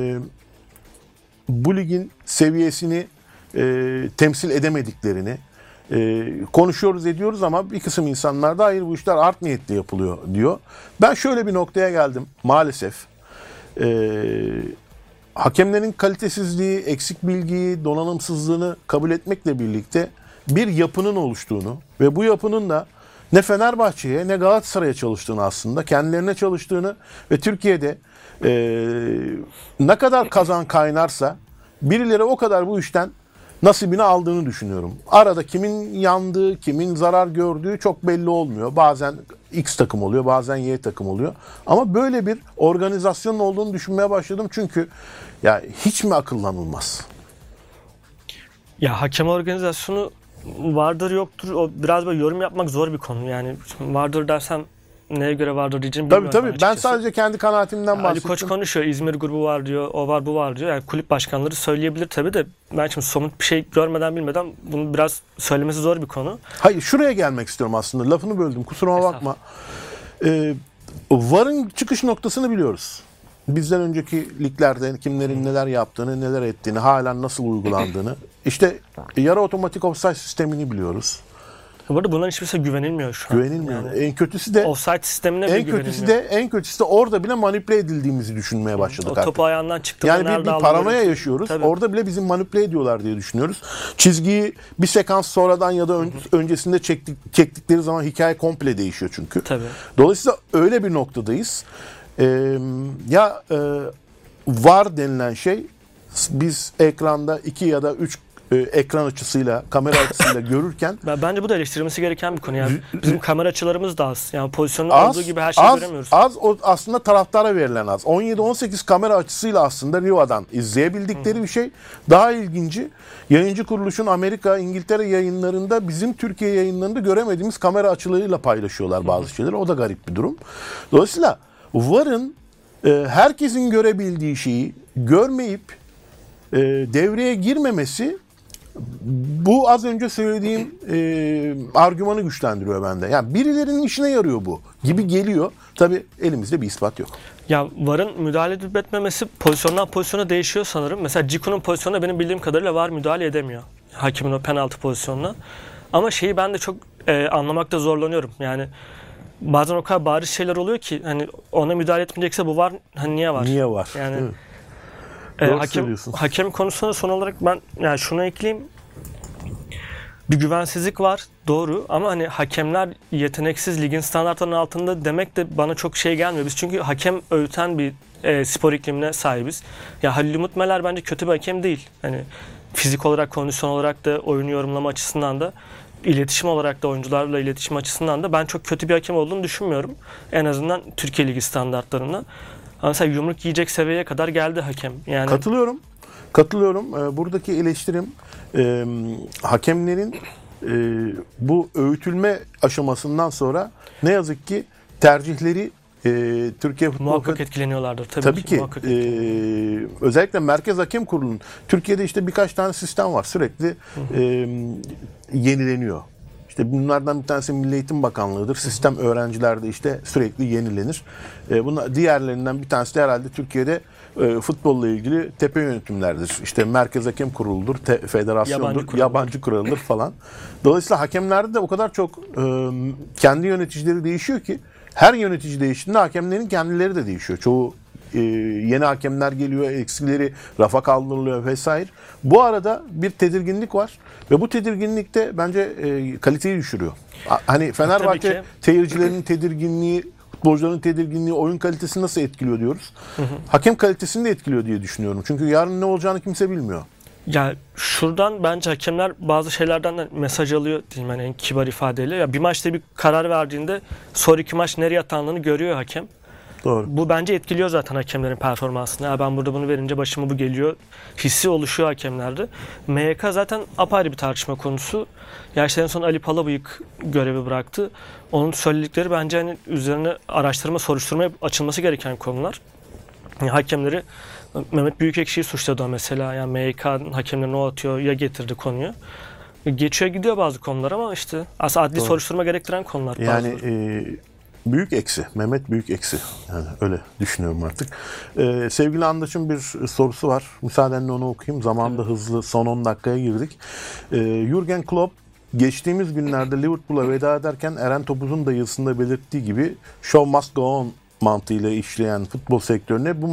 bu ligin seviyesini temsil edemediklerini konuşuyoruz ediyoruz ama bir kısım insanlar da hayır bu işler art niyetli yapılıyor diyor. Ben şöyle bir noktaya geldim maalesef. Hakemlerin kalitesizliği, eksik bilgiyi, donanımsızlığını kabul etmekle birlikte bir yapının oluştuğunu ve bu yapının da ne Fenerbahçe'ye ne Galatasaray'a çalıştığını aslında kendilerine çalıştığını ve Türkiye'de ne kadar kazan kaynarsa birileri o kadar bu işten nasibini aldığını düşünüyorum. Arada kimin yandığı, kimin zarar gördüğü çok belli olmuyor. Bazen X takım oluyor, bazen Y takım oluyor. Ama böyle bir organizasyonun olduğunu düşünmeye başladım çünkü ya hiç mi akıllanılmaz? Ya hakem organizasyonu vardır yoktur. O biraz böyle yorum yapmak zor bir konu. Yani vardır dersem neye göre vardır diyeceğim bilmiyorum. Tabii ben sadece kendi kanaatimden Ali bahsettim. Koç konuşuyor. İzmir grubu var diyor. O var bu var diyor. Yani kulüp başkanları söyleyebilir tabii de ben şimdi somut bir şey görmeden bilmeden bunu biraz söylemesi zor bir konu. Hayır şuraya gelmek istiyorum aslında. Lafını böldüm. Kusuruma bakma. VAR'ın çıkış noktasını biliyoruz. Bizden önceki liglerde kimlerin neler yaptığını, neler ettiğini, halen nasıl uygulandığını. İşte yarı otomatik offside sistemini biliyoruz. Bu arada bunların hiçbirisine güvenilmiyor şu an. Güvenilmiyor. Yani En kötüsü de offside sistemine bile güvenilmiyor. en kötüsü de orada bile manipüle edildiğimizi düşünmeye başladık O artık. topu ayağından çıktığında Yani nerede bir aldığını paranoya görüyorsun. yaşıyoruz. Tabii. Orada bile bizi manipüle ediyorlar diye düşünüyoruz. Çizgiyi bir sekans sonradan ya da öncesinde çektikleri zaman hikaye komple değişiyor çünkü. Tabii. Dolayısıyla öyle bir noktadayız. VAR denilen şey biz ekranda 2 ya da 3 ekran açısıyla, kamera açısıyla görürken Bence bu da eleştirilmesi gereken bir konu. Yani bizim kamera açılarımız da az. Yani pozisyonun az, olduğu gibi her şeyi göremiyoruz. az o aslında taraftara verilen az. 17-18 kamera açısıyla aslında Riva'dan izleyebildikleri bir şey. Daha ilginci, yayıncı kuruluşun Amerika, İngiltere yayınlarında bizim Türkiye yayınlarında göremediğimiz kamera açılarıyla paylaşıyorlar bazı şeyleri. O da garip bir durum. Dolayısıyla VAR'ın herkesin görebildiği şeyi görmeyip devreye girmemesi bu az önce söylediğim argümanı güçlendiriyor bende. Yani birilerinin işine yarıyor bu gibi geliyor. Tabii elimizde bir ispat yok. Ya VAR'ın müdahale edip etmemesi pozisyondan pozisyona değişiyor sanırım. Mesela Cicu'nun pozisyonuna benim bildiğim kadarıyla VAR müdahale edemiyor. Hakimin o penaltı pozisyonuna. Ama şeyi ben de çok anlamakta zorlanıyorum. Yani bazen o kadar bariz şeyler oluyor ki hani ona müdahale etmeyecekse bu VAR hani niye var? Niye var? Yani Doğru söylüyorsun. hakem konusunda son olarak ben yani şunu ekleyeyim. Bir güvensizlik var doğru ama hani hakemler yeteneksiz, ligin standartlarının altında demek de bana çok şey gelmiyor. Biz çünkü hakem öğüten bir spor iklimine sahibiz. Ya Halil Umut Meler bence kötü bir hakem değil. Hani fizik olarak, kondisyon olarak da, oyunu yorumlama açısından da, iletişim olarak da, oyuncularla iletişim açısından da ben çok kötü bir hakem olduğunu düşünmüyorum. En azından Türkiye Ligi standartlarında. Ama mesela yumruk yiyecek seviyeye kadar geldi hakem. Yani Katılıyorum. Buradaki eleştirim hakemlerin bu öğütülme aşamasından sonra ne yazık ki tercihleri Türkiye Futbol muhakkak etkileniyorlardır. Tabii ki muhakkak özellikle Merkez Hakem Kurulu'nun Türkiye'de işte birkaç tane sistem var. Sürekli yenileniyor. İşte bunlardan bir tanesi Milli Eğitim Bakanlığı'dır. Sistem öğrencilerde işte sürekli yenilenir. Diğerlerinden bir tanesi de herhalde Türkiye'de futbolla ilgili tepe yönetimlerdir. İşte Merkez Hakem Kurulu'dur, federasyondur, yabancı kuraldır falan. Dolayısıyla hakemlerde de o kadar çok kendi yöneticileri değişiyor ki her yönetici değiştiğinde hakemlerin kendileri de değişiyor. Çoğu yeni hakemler geliyor, eksileri rafa kaldırılıyor vesaire. Bu arada bir tedirginlik var ve bu tedirginlik de bence kaliteyi düşürüyor. Hani Fenerbahçe seyircilerin tedirginliği, futbolcuların tedirginliği oyun kalitesini nasıl etkiliyor diyoruz. Hakem kalitesini de etkiliyor diye düşünüyorum. Çünkü yarın ne olacağını kimse bilmiyor. Ya şuradan bence hakemler bazı şeylerden de mesaj alıyor diyeyim yani en kibar ifadeyle. Ya bir maçta bir karar verdiğinde sonraki maç nereye atandığını görüyor hakem. Doğru. Bu bence etkiliyor zaten hakemlerin performansını. Ya ben burada bunu verince başıma bu geliyor. Hissi oluşuyor hakemlerde. MYK zaten apayrı bir tartışma konusu. Ya işte en son Ali Palabıyık görevi bıraktı. Onun söyledikleri bence hani üzerine araştırma, soruşturma açılması gereken konular. Yani hakemleri Mehmet Büyükekşi'yi suçladı mesela. Yani MYK'nın hakemlerini o atıyor ya getirdi konuyu. Geçiyor gidiyor bazı konular ama işte aslında adli soruşturma gerektiren konular. Yani büyük eksi. Mehmet büyük eksi. Yani öyle düşünüyorum artık. Sevgili Andaç'ın bir sorusu var. Müsaadenle onu okuyayım. Zamanında hızlı son 10 dakikaya girdik. Jürgen Klopp geçtiğimiz günlerde Liverpool'a veda ederken Eren Topuz'un da yazısında belirttiği gibi show must go on mantığıyla işleyen futbol sektörüne bu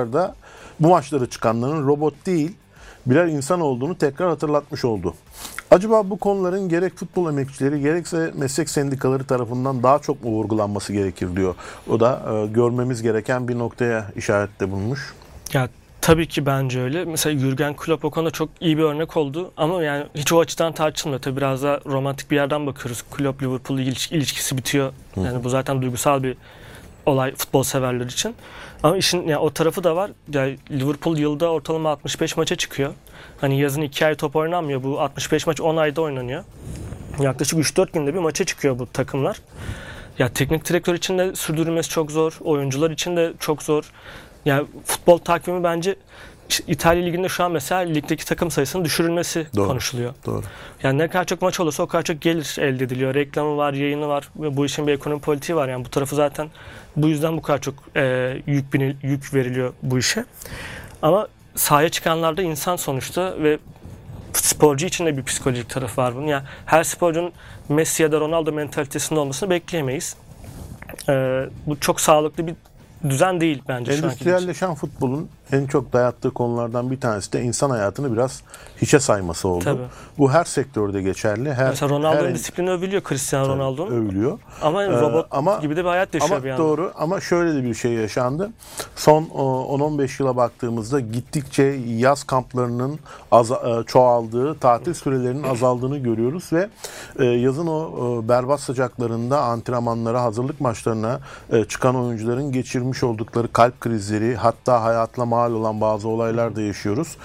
maçlara çıkanların robot değil birer insan olduğunu tekrar hatırlatmış oldu. Acaba bu konuların gerek futbol emekçileri gerekse meslek sendikaları tarafından daha çok mu vurgulanması gerekir diyor. O da görmemiz gereken bir noktaya işarette bulunmuş. Ya tabii ki bence öyle. Mesela Jürgen Klopp o konuda çok iyi bir örnek oldu ama yani hiç o açıdan tartışılmıyor. Tabii biraz da romantik bir yerden bakıyoruz. Klopp-Liverpool ilişkisi bitiyor. Yani bu zaten duygusal bir olay futbol severler için. Ama işin yani o tarafı da var. Yani Liverpool yılda ortalama 65 maça çıkıyor. Hani yazın 2 ay top oynanmıyor. Bu 65 maç 10 ayda oynanıyor. Yaklaşık 3-4 günde bir maça çıkıyor bu takımlar. Ya teknik direktör için de sürdürülmesi çok zor. Oyuncular için de çok zor. Yani futbol takvimi bence İtalya Ligi'nde şu an mesela ligdeki takım sayısının düşürülmesi konuşuluyor. Doğru. Yani ne kadar çok maç olursa o kadar çok gelir elde ediliyor. Reklamı var, yayını var ve bu işin bir ekonomi politiği var. Yani bu tarafı zaten bu yüzden bu kadar çok yük veriliyor bu işe. Ama sahaya çıkanlar da insan sonuçta ve sporcu için de bir psikolojik tarafı var bunun. Yani her sporcunun Messi ya da Ronaldo mentalitesinde olmasını bekleyemeyiz. Bu çok sağlıklı bir düzen değil bence şu anki için. Endüstriyelleşen futbolun en çok dayattığı konulardan bir tanesi de insan hayatını biraz hiçe sayması oldu. Tabii. Bu her sektörde geçerli. Mesela Ronaldo'nun disiplini övülüyor, Cristiano Ronaldo'nun. Övülüyor. Ama robot gibi de bir hayat yaşıyor bir yandan. Doğru, ama şöyle de bir şey yaşandı. Son 10-15 yıla baktığımızda gittikçe yaz kamplarının çoğaldığı, tatil sürelerinin azaldığını görüyoruz ve yazın o berbat sıcaklarında antrenmanlara, hazırlık maçlarına çıkan oyuncuların geçirmiş oldukları kalp krizleri, hatta hayatla mal olan bazı olaylar da yaşıyoruz.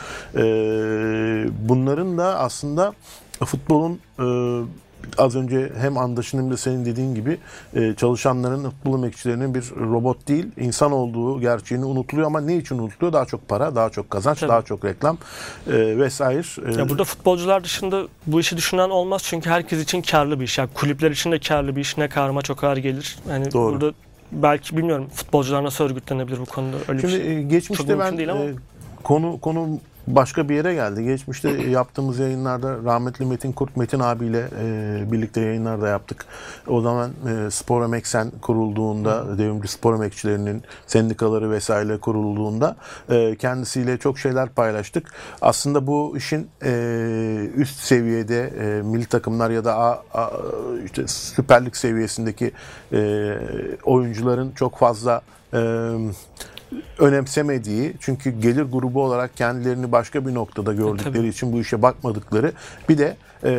Bunların da aslında futbolun az önce hem Andaş'ın hem de senin dediğin gibi çalışanların, futbol emekçilerinin bir robot değil, insan olduğu gerçeğini unutuluyor ama ne için unutuluyor? Daha çok para, daha çok kazanç, Tabii. daha çok reklam vesaire. Ya burada futbolcular dışında bu işi düşünen olmaz çünkü herkes için karlı bir iş. Yani kulüpler için de karlı bir iş. Ne karma çok ağır gelir. Yani Doğru. burada belki bilmiyorum futbolcular nasıl örgütlenebilir bu konuda. Öyle Şimdi bir şey. geçmişte Çok ben mümkün değil ama. konu başka bir yere geldi. Geçmişte yaptığımız yayınlarda rahmetli Metin abiyle birlikte yayınlar da yaptık. O zaman Spor Emeksen kurulduğunda, devrimci spor emekçilerinin sendikaları vesaire kurulduğunda kendisiyle çok şeyler paylaştık. Aslında bu işin üst seviyede milli takımlar ya da işte Süper Lig seviyesindeki oyuncuların çok fazla önemsemediği, çünkü gelir grubu olarak kendilerini başka bir noktada gördükleri için bu işe bakmadıkları, bir de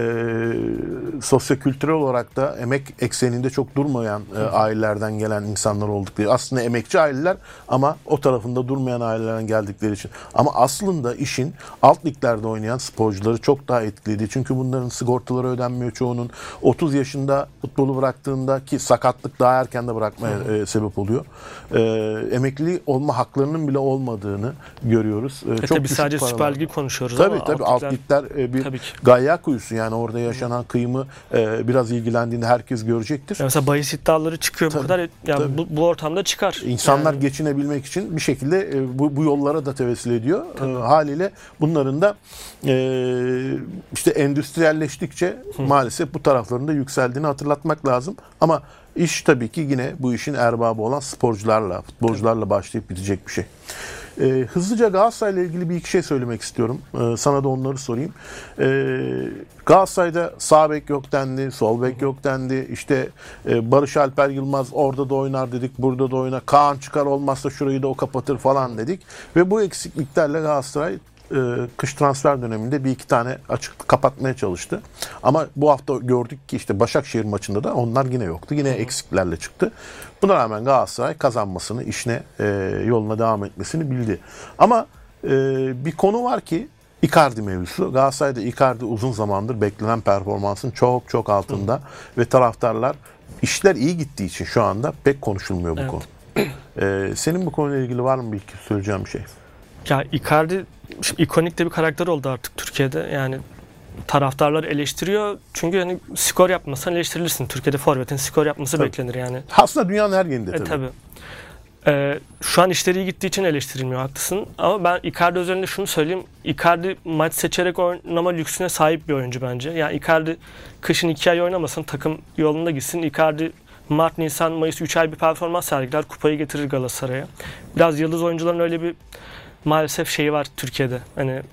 sosyokültürel olarak da emek ekseninde çok durmayan ailelerden gelen insanlar oldukları, aslında emekçi aileler ama o tarafında durmayan ailelerden geldikleri için. Ama aslında işin alt liglerde oynayan sporcuları çok daha etkiledi. Çünkü bunların sigortaları ödenmiyor çoğunun. 30 yaşında futbolu bıraktığında, ki sakatlık daha erken de bırakmaya sebep oluyor, emekli olma haklarının bile olmadığını görüyoruz. Çok tabii düşük sadece paralar. Süper Ligi konuşuyoruz Tabii ama alt ligler bir gayya kuyusu. Yani orada yaşanan kıyımı biraz ilgilendiğinde herkes görecektir. Ya mesela bahis iddiaları çıkıyor bu kadar. Yani bu ortamda çıkar. İnsanlar geçinebilmek için bir şekilde bu yollara da tevessül ediyor. Haliyle bunların da işte endüstriyelleştikçe maalesef bu taraflarında yükseldiğini hatırlatmak lazım. Ama iş tabii ki yine bu işin erbabı olan sporcularla, futbolcularla başlayıp bitecek bir şey. Hızlıca Galatasaray'la ilgili bir iki şey söylemek istiyorum. Sana da onları sorayım. Galatasaray'da sağ bek yok dendi, sol bek yok dendi. İşte Barış Alper Yılmaz orada da oynar dedik, burada da oynar. Kaan çıkar, olmazsa şurayı da o kapatır falan dedik. Ve bu eksikliklerle Galatasaray kış transfer döneminde bir iki tane açık kapatmaya çalıştı. Ama bu hafta gördük ki işte Başakşehir maçında da onlar yine yoktu. Yine eksiklerle çıktı. Buna rağmen Galatasaray kazanmasını, işine yoluna devam etmesini bildi. Ama bir konu var ki Icardi mevzusu. Galatasaray'da Icardi uzun zamandır beklenen performansın çok çok altında ve taraftarlar, işler iyi gittiği için şu anda pek konuşulmuyor bu konu. Senin bu konuyla ilgili var mı bir iki söyleyeceğim bir şey? Ya Icardi ikonik de bir karakter oldu artık Türkiye'de. Yani taraftarlar eleştiriyor. Çünkü hani skor yapmasan eleştirilirsin. Türkiye'de forvetin skor yapması beklenir yani. Aslında dünyanın her yerinde tabii. Şu an işleri iyi gittiği için eleştirilmiyor, haklısın. Ama ben Icardi özelinde şunu söyleyeyim. Icardi maç seçerek oynama lüksüne sahip bir oyuncu bence. Yani Icardi kışın 2 ay oynamasın, takım yolunda gitsin. Icardi Mart, Nisan, Mayıs 3 ay bir performans sergiler, kupayı getirir Galatasaray'a. Biraz yıldız oyuncuların öyle bir maalesef şeyi var Türkiye'de. Hani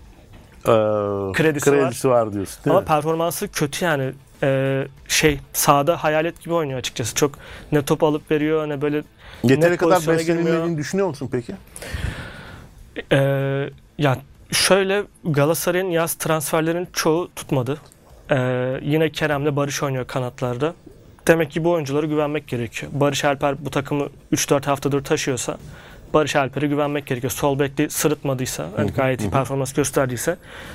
kredisi var diyorsun. Ama performansı kötü yani. Sahada hayalet gibi oynuyor açıkçası. Çok ne top alıp veriyor ne böyle yeteri kadar beslenilmediğini düşünüyor musun peki? Ya şöyle, Galatasaray'ın yaz transferlerin çoğu tutmadı. Yine Kerem'le Barış oynuyor kanatlarda. Demek ki bu oyunculara güvenmek gerekiyor. Barış Alper bu takımı 3-4 haftadır taşıyorsa Barış Alper'e güvenmek gerekiyor. Sol bekli sırıtmadıysa, yani gayet iyi performans gösterdiyse.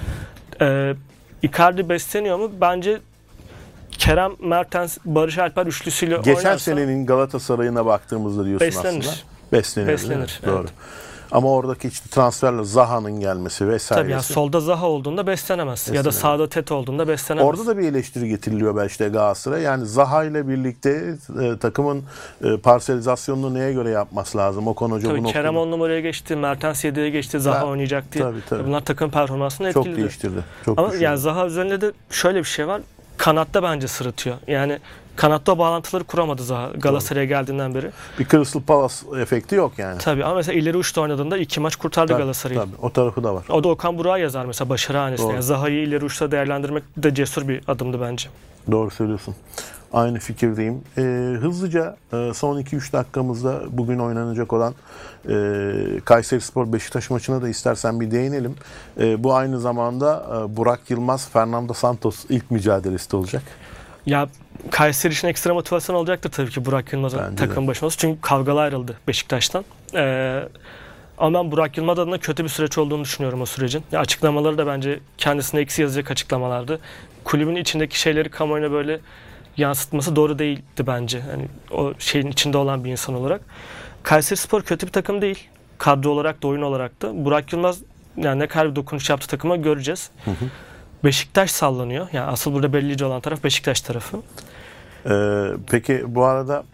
Icardi besleniyor mu? Bence Kerem, Mertens, Barış Alper üçlüsüyle oynarsa... Geçen senenin Galatasaray'ına baktığımızda diyorsun beslenir. aslında. Beslenir. Evet. Doğru. Ama oradaki işte transferle Zaha'nın gelmesi vesairesi. Tabii yani solda Zaha olduğunda beslenemez. Ya da sağda Tete olduğunda beslenemez. Orada da bir eleştiri getiriliyor belki de Galatasaray. Yani Zaha ile birlikte takımın parselizasyonunu neye göre yapması lazım? Okan Hoca tabii bu noktada. Kerem 10 numaraya geçti, Mertens 7'ye geçti, Zaha oynayacak diye. Tabii. Bunlar takım performansını Çok etkiledi. değiştirdi. Çok Ama düşürdü. yani Zaha üzerinde de şöyle bir şey var. Kanatta bence sırıtıyor. Yani kanatta o bağlantıları kuramadı Zaha Galatasaray'a geldiğinden beri. Bir Crystal Palace efekti yok yani. Tabii ama mesela ileri uçta oynadığında 2 maç kurtardı Galatasaray'ı. Tabii, o tarafı da var. O da Okan Burak'a yazar mesela başarı hanesine. Doğru. Yani Zaha'yı ileri uçta değerlendirmek de cesur bir adımdı bence. Doğru söylüyorsun. Aynı fikirdeyim. Hızlıca son 2-3 dakikamızda bugün oynanacak olan Kayserispor Beşiktaş maçına da istersen bir değinelim. Bu aynı zamanda Burak Yılmaz, Fernando Santos ilk mücadelesi de olacak. Ya Kayseri için ekstra motivasyon olacaktır tabii ki Burak Yılmaz'ın Bence takım başı olması. Çünkü kavgalı ayrıldı Beşiktaş'tan. Ama ben Burak Yılmaz adına kötü bir süreç olduğunu düşünüyorum o sürecin. Ya açıklamaları da bence kendisine eksi yazacak açıklamalardı. Kulübün içindeki şeyleri kamuoyuna böyle yansıtması doğru değildi bence. Yani o şeyin içinde olan bir insan olarak. Kayserispor kötü bir takım değil. Kadro olarak da oyun olarak da. Burak Yılmaz yani ne kadar bir dokunuş yaptı takıma göreceğiz. Beşiktaş sallanıyor. Yani asıl burada belirleyici olan taraf Beşiktaş tarafı. Peki bu arada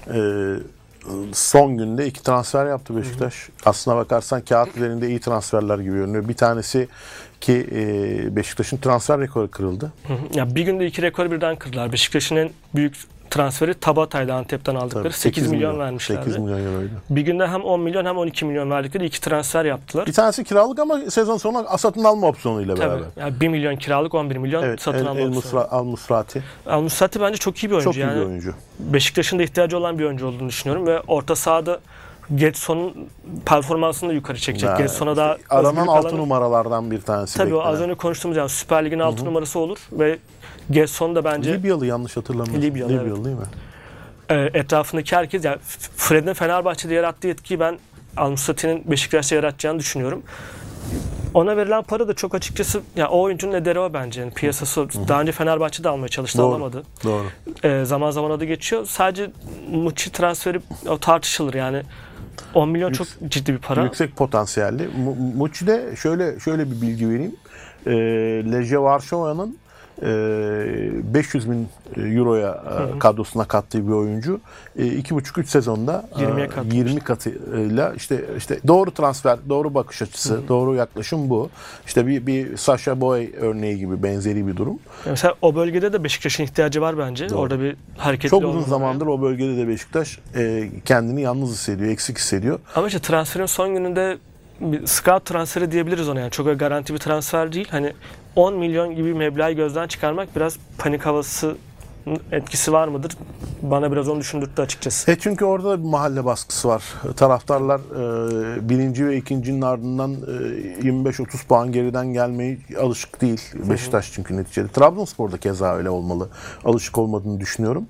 son günde 2 transfer yaptı Beşiktaş. Aslına bakarsan kağıt üzerinde iyi transferler gibi görünüyor. Bir tanesi ki Beşiktaş'ın transfer rekoru kırıldı. Ya bir günde 2 rekoru birden kırdılar. Beşiktaş'ın en büyük transferi Tabatay'la Antep'ten aldıkları. Tabii, 8 milyon vermişlerdi. 8 milyon euroydu. Bir günde hem 10 milyon hem 12 milyon verdikleri 2 transfer yaptılar. Bir tanesi kiralık ama sezon sonuna satın alma opsiyonuyla Tabii. beraber. Yani 1 milyon kiralık 11 milyon Evet, satın alma opsiyonu. Al-Musrati. Al-Musrati bence çok iyi bir oyuncu. Çok iyi yani bir oyuncu. Beşiktaş'ın da ihtiyacı olan bir oyuncu olduğunu düşünüyorum ve orta sahada Getson'un performansını da yukarı çekecek. Getson'a daha aranan 6 numaralardan bir tanesi. Tabii beklenen. o az önce konuştuğumuz yani Süper Lig'in 6 numarası olur ve Getson da bence Libyalı yanlış hatırlamıyorum. Libyalı, evet. değil mi? Etrafındaki herkes yani Fred'in Fenerbahçe'de yarattığı etkiyi ben Al-Musrati'nin Beşiktaş'ta yaratacağını düşünüyorum. Ona verilen para da çok açıkçası ya o oyuncunun ederi o bence. Yani piyasası daha önce Fenerbahçe'de almaya çalıştı, Doğru. alamadı. Doğru. Zaman zaman adı geçiyor. Sadece Muçi transferi o tartışılır yani. 10 milyon çok ciddi bir para. Yüksek potansiyelli. Muçi'de şöyle bir bilgi vereyim. Legia Varşova'nın 500 bin euroya kadrosuna kattığı bir oyuncu 2,5-3 sezonda 20 katıyla işte doğru transfer, doğru bakış açısı, doğru yaklaşım bu. İşte bir Sasha Boy örneği gibi benzeri bir durum. Mesela o bölgede de Beşiktaş'ın ihtiyacı var bence. Doğru. Orada bir hareketli çok uzun olmalı zamandır o bölgede de Beşiktaş kendini yalnız hissediyor, eksik hissediyor. Ama işte transferin son gününde bir scout transferi diyebiliriz ona yani. Çok garanti bir transfer değil. Hani 10 milyon gibi meblağı gözden çıkarmak biraz panik havası etkisi var mıdır? Bana biraz onu düşündürttü açıkçası. Çünkü orada da bir mahalle baskısı var. Taraftarlar birinci ve ikincinin ardından 25-30 puan geriden gelmeyi alışık değil. Beşiktaş çünkü neticede. Trabzonspor'da keza öyle olmalı. Alışık olmadığını düşünüyorum.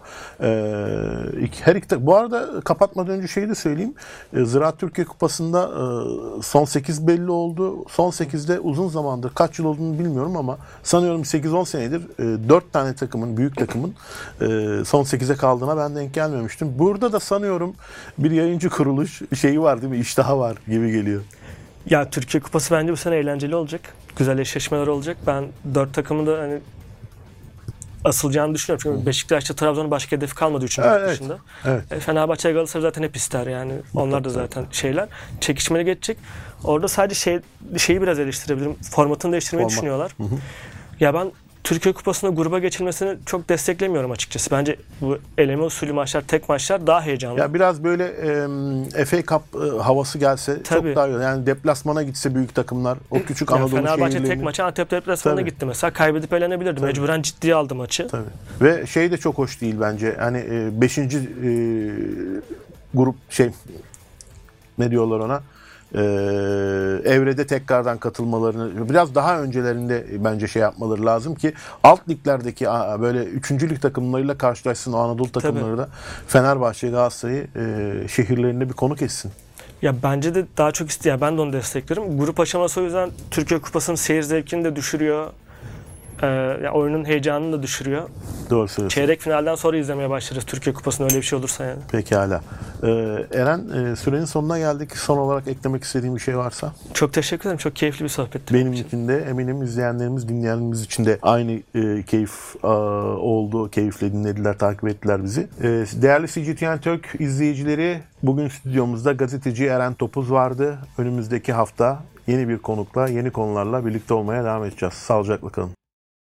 Bu arada kapatmadan önce şeyi de söyleyeyim. Ziraat Türkiye Kupası'nda son 8 belli oldu. Son 8'de uzun zamandır kaç yıl olduğunu bilmiyorum ama sanıyorum 8-10 senedir 4 tane takımın, büyük takımın son 8'e kaldığına ben denk gelmemiştim. Burada da sanıyorum bir yayıncı kuruluş şeyi var değil mi? İştahı var gibi geliyor. Ya Türkiye Kupası bence bu sene eğlenceli olacak. Güzel eşleşmeler olacak. Ben 4 takımın da hani asılacağını düşünüyorum. Çünkü Beşiktaş'ta Trabzon'un başka hedefi kalmadı 3. dışında. Evet. Fenerbahçe Galatasaray zaten hep ister yani. Onlar da zaten şeyler. Çekişmeli geçecek. Orada sadece şeyi biraz eleştirebilirim. Formatını değiştirmeyi düşünüyorlar. Ya ben Türkiye Kupası'nda gruba geçilmesini çok desteklemiyorum açıkçası. Bence bu eleme usulü maçlar, tek maçlar daha heyecanlı. Ya biraz böyle FA Cup havası gelse Tabii. çok daha iyi. Yani deplasmana gitse büyük takımlar, o küçük Anadolu Fenerbahçe şehirlerini. tek maça Antep deplasmanına gitti mesela. Kaybedip elenebilirdi. Mecburen ciddiye aldı maçı. Tabii. Ve şey de çok hoş değil bence. Hani 5. grup ne diyorlar ona? Evrede tekrardan katılmalarını biraz daha öncelerinde bence yapmaları lazım ki alt liglerdeki böyle 3. lig takımlarıyla karşılaşsın o Anadolu takımları da Fenerbahçe, Galatasaray'ı şehirlerinde bir konuk etsin. Ya bence de daha çok istiyor. Ben de onu desteklerim. Grup aşaması o yüzden Türkiye Kupası'nın seyir zevkini de düşürüyor. Oyunun heyecanını da düşürüyor. Doğru söylüyorsun. Çeyrek finalden sonra izlemeye başlarız Türkiye Kupası'nda, öyle bir şey olursa yani. Pekala. Eren, sürenin sonuna geldik. Son olarak eklemek istediğim bir şey varsa? Çok teşekkür ederim. Çok keyifli bir sohbetti. Benim için de, eminim izleyenlerimiz, dinleyenlerimiz için de aynı keyif oldu. Keyifle dinlediler, takip ettiler bizi. Değerli CGTN Türk izleyicileri, bugün stüdyomuzda gazeteci Eren Topuz vardı. Önümüzdeki hafta yeni bir konukla, yeni konularla birlikte olmaya devam edeceğiz. Sağlıcakla kalın.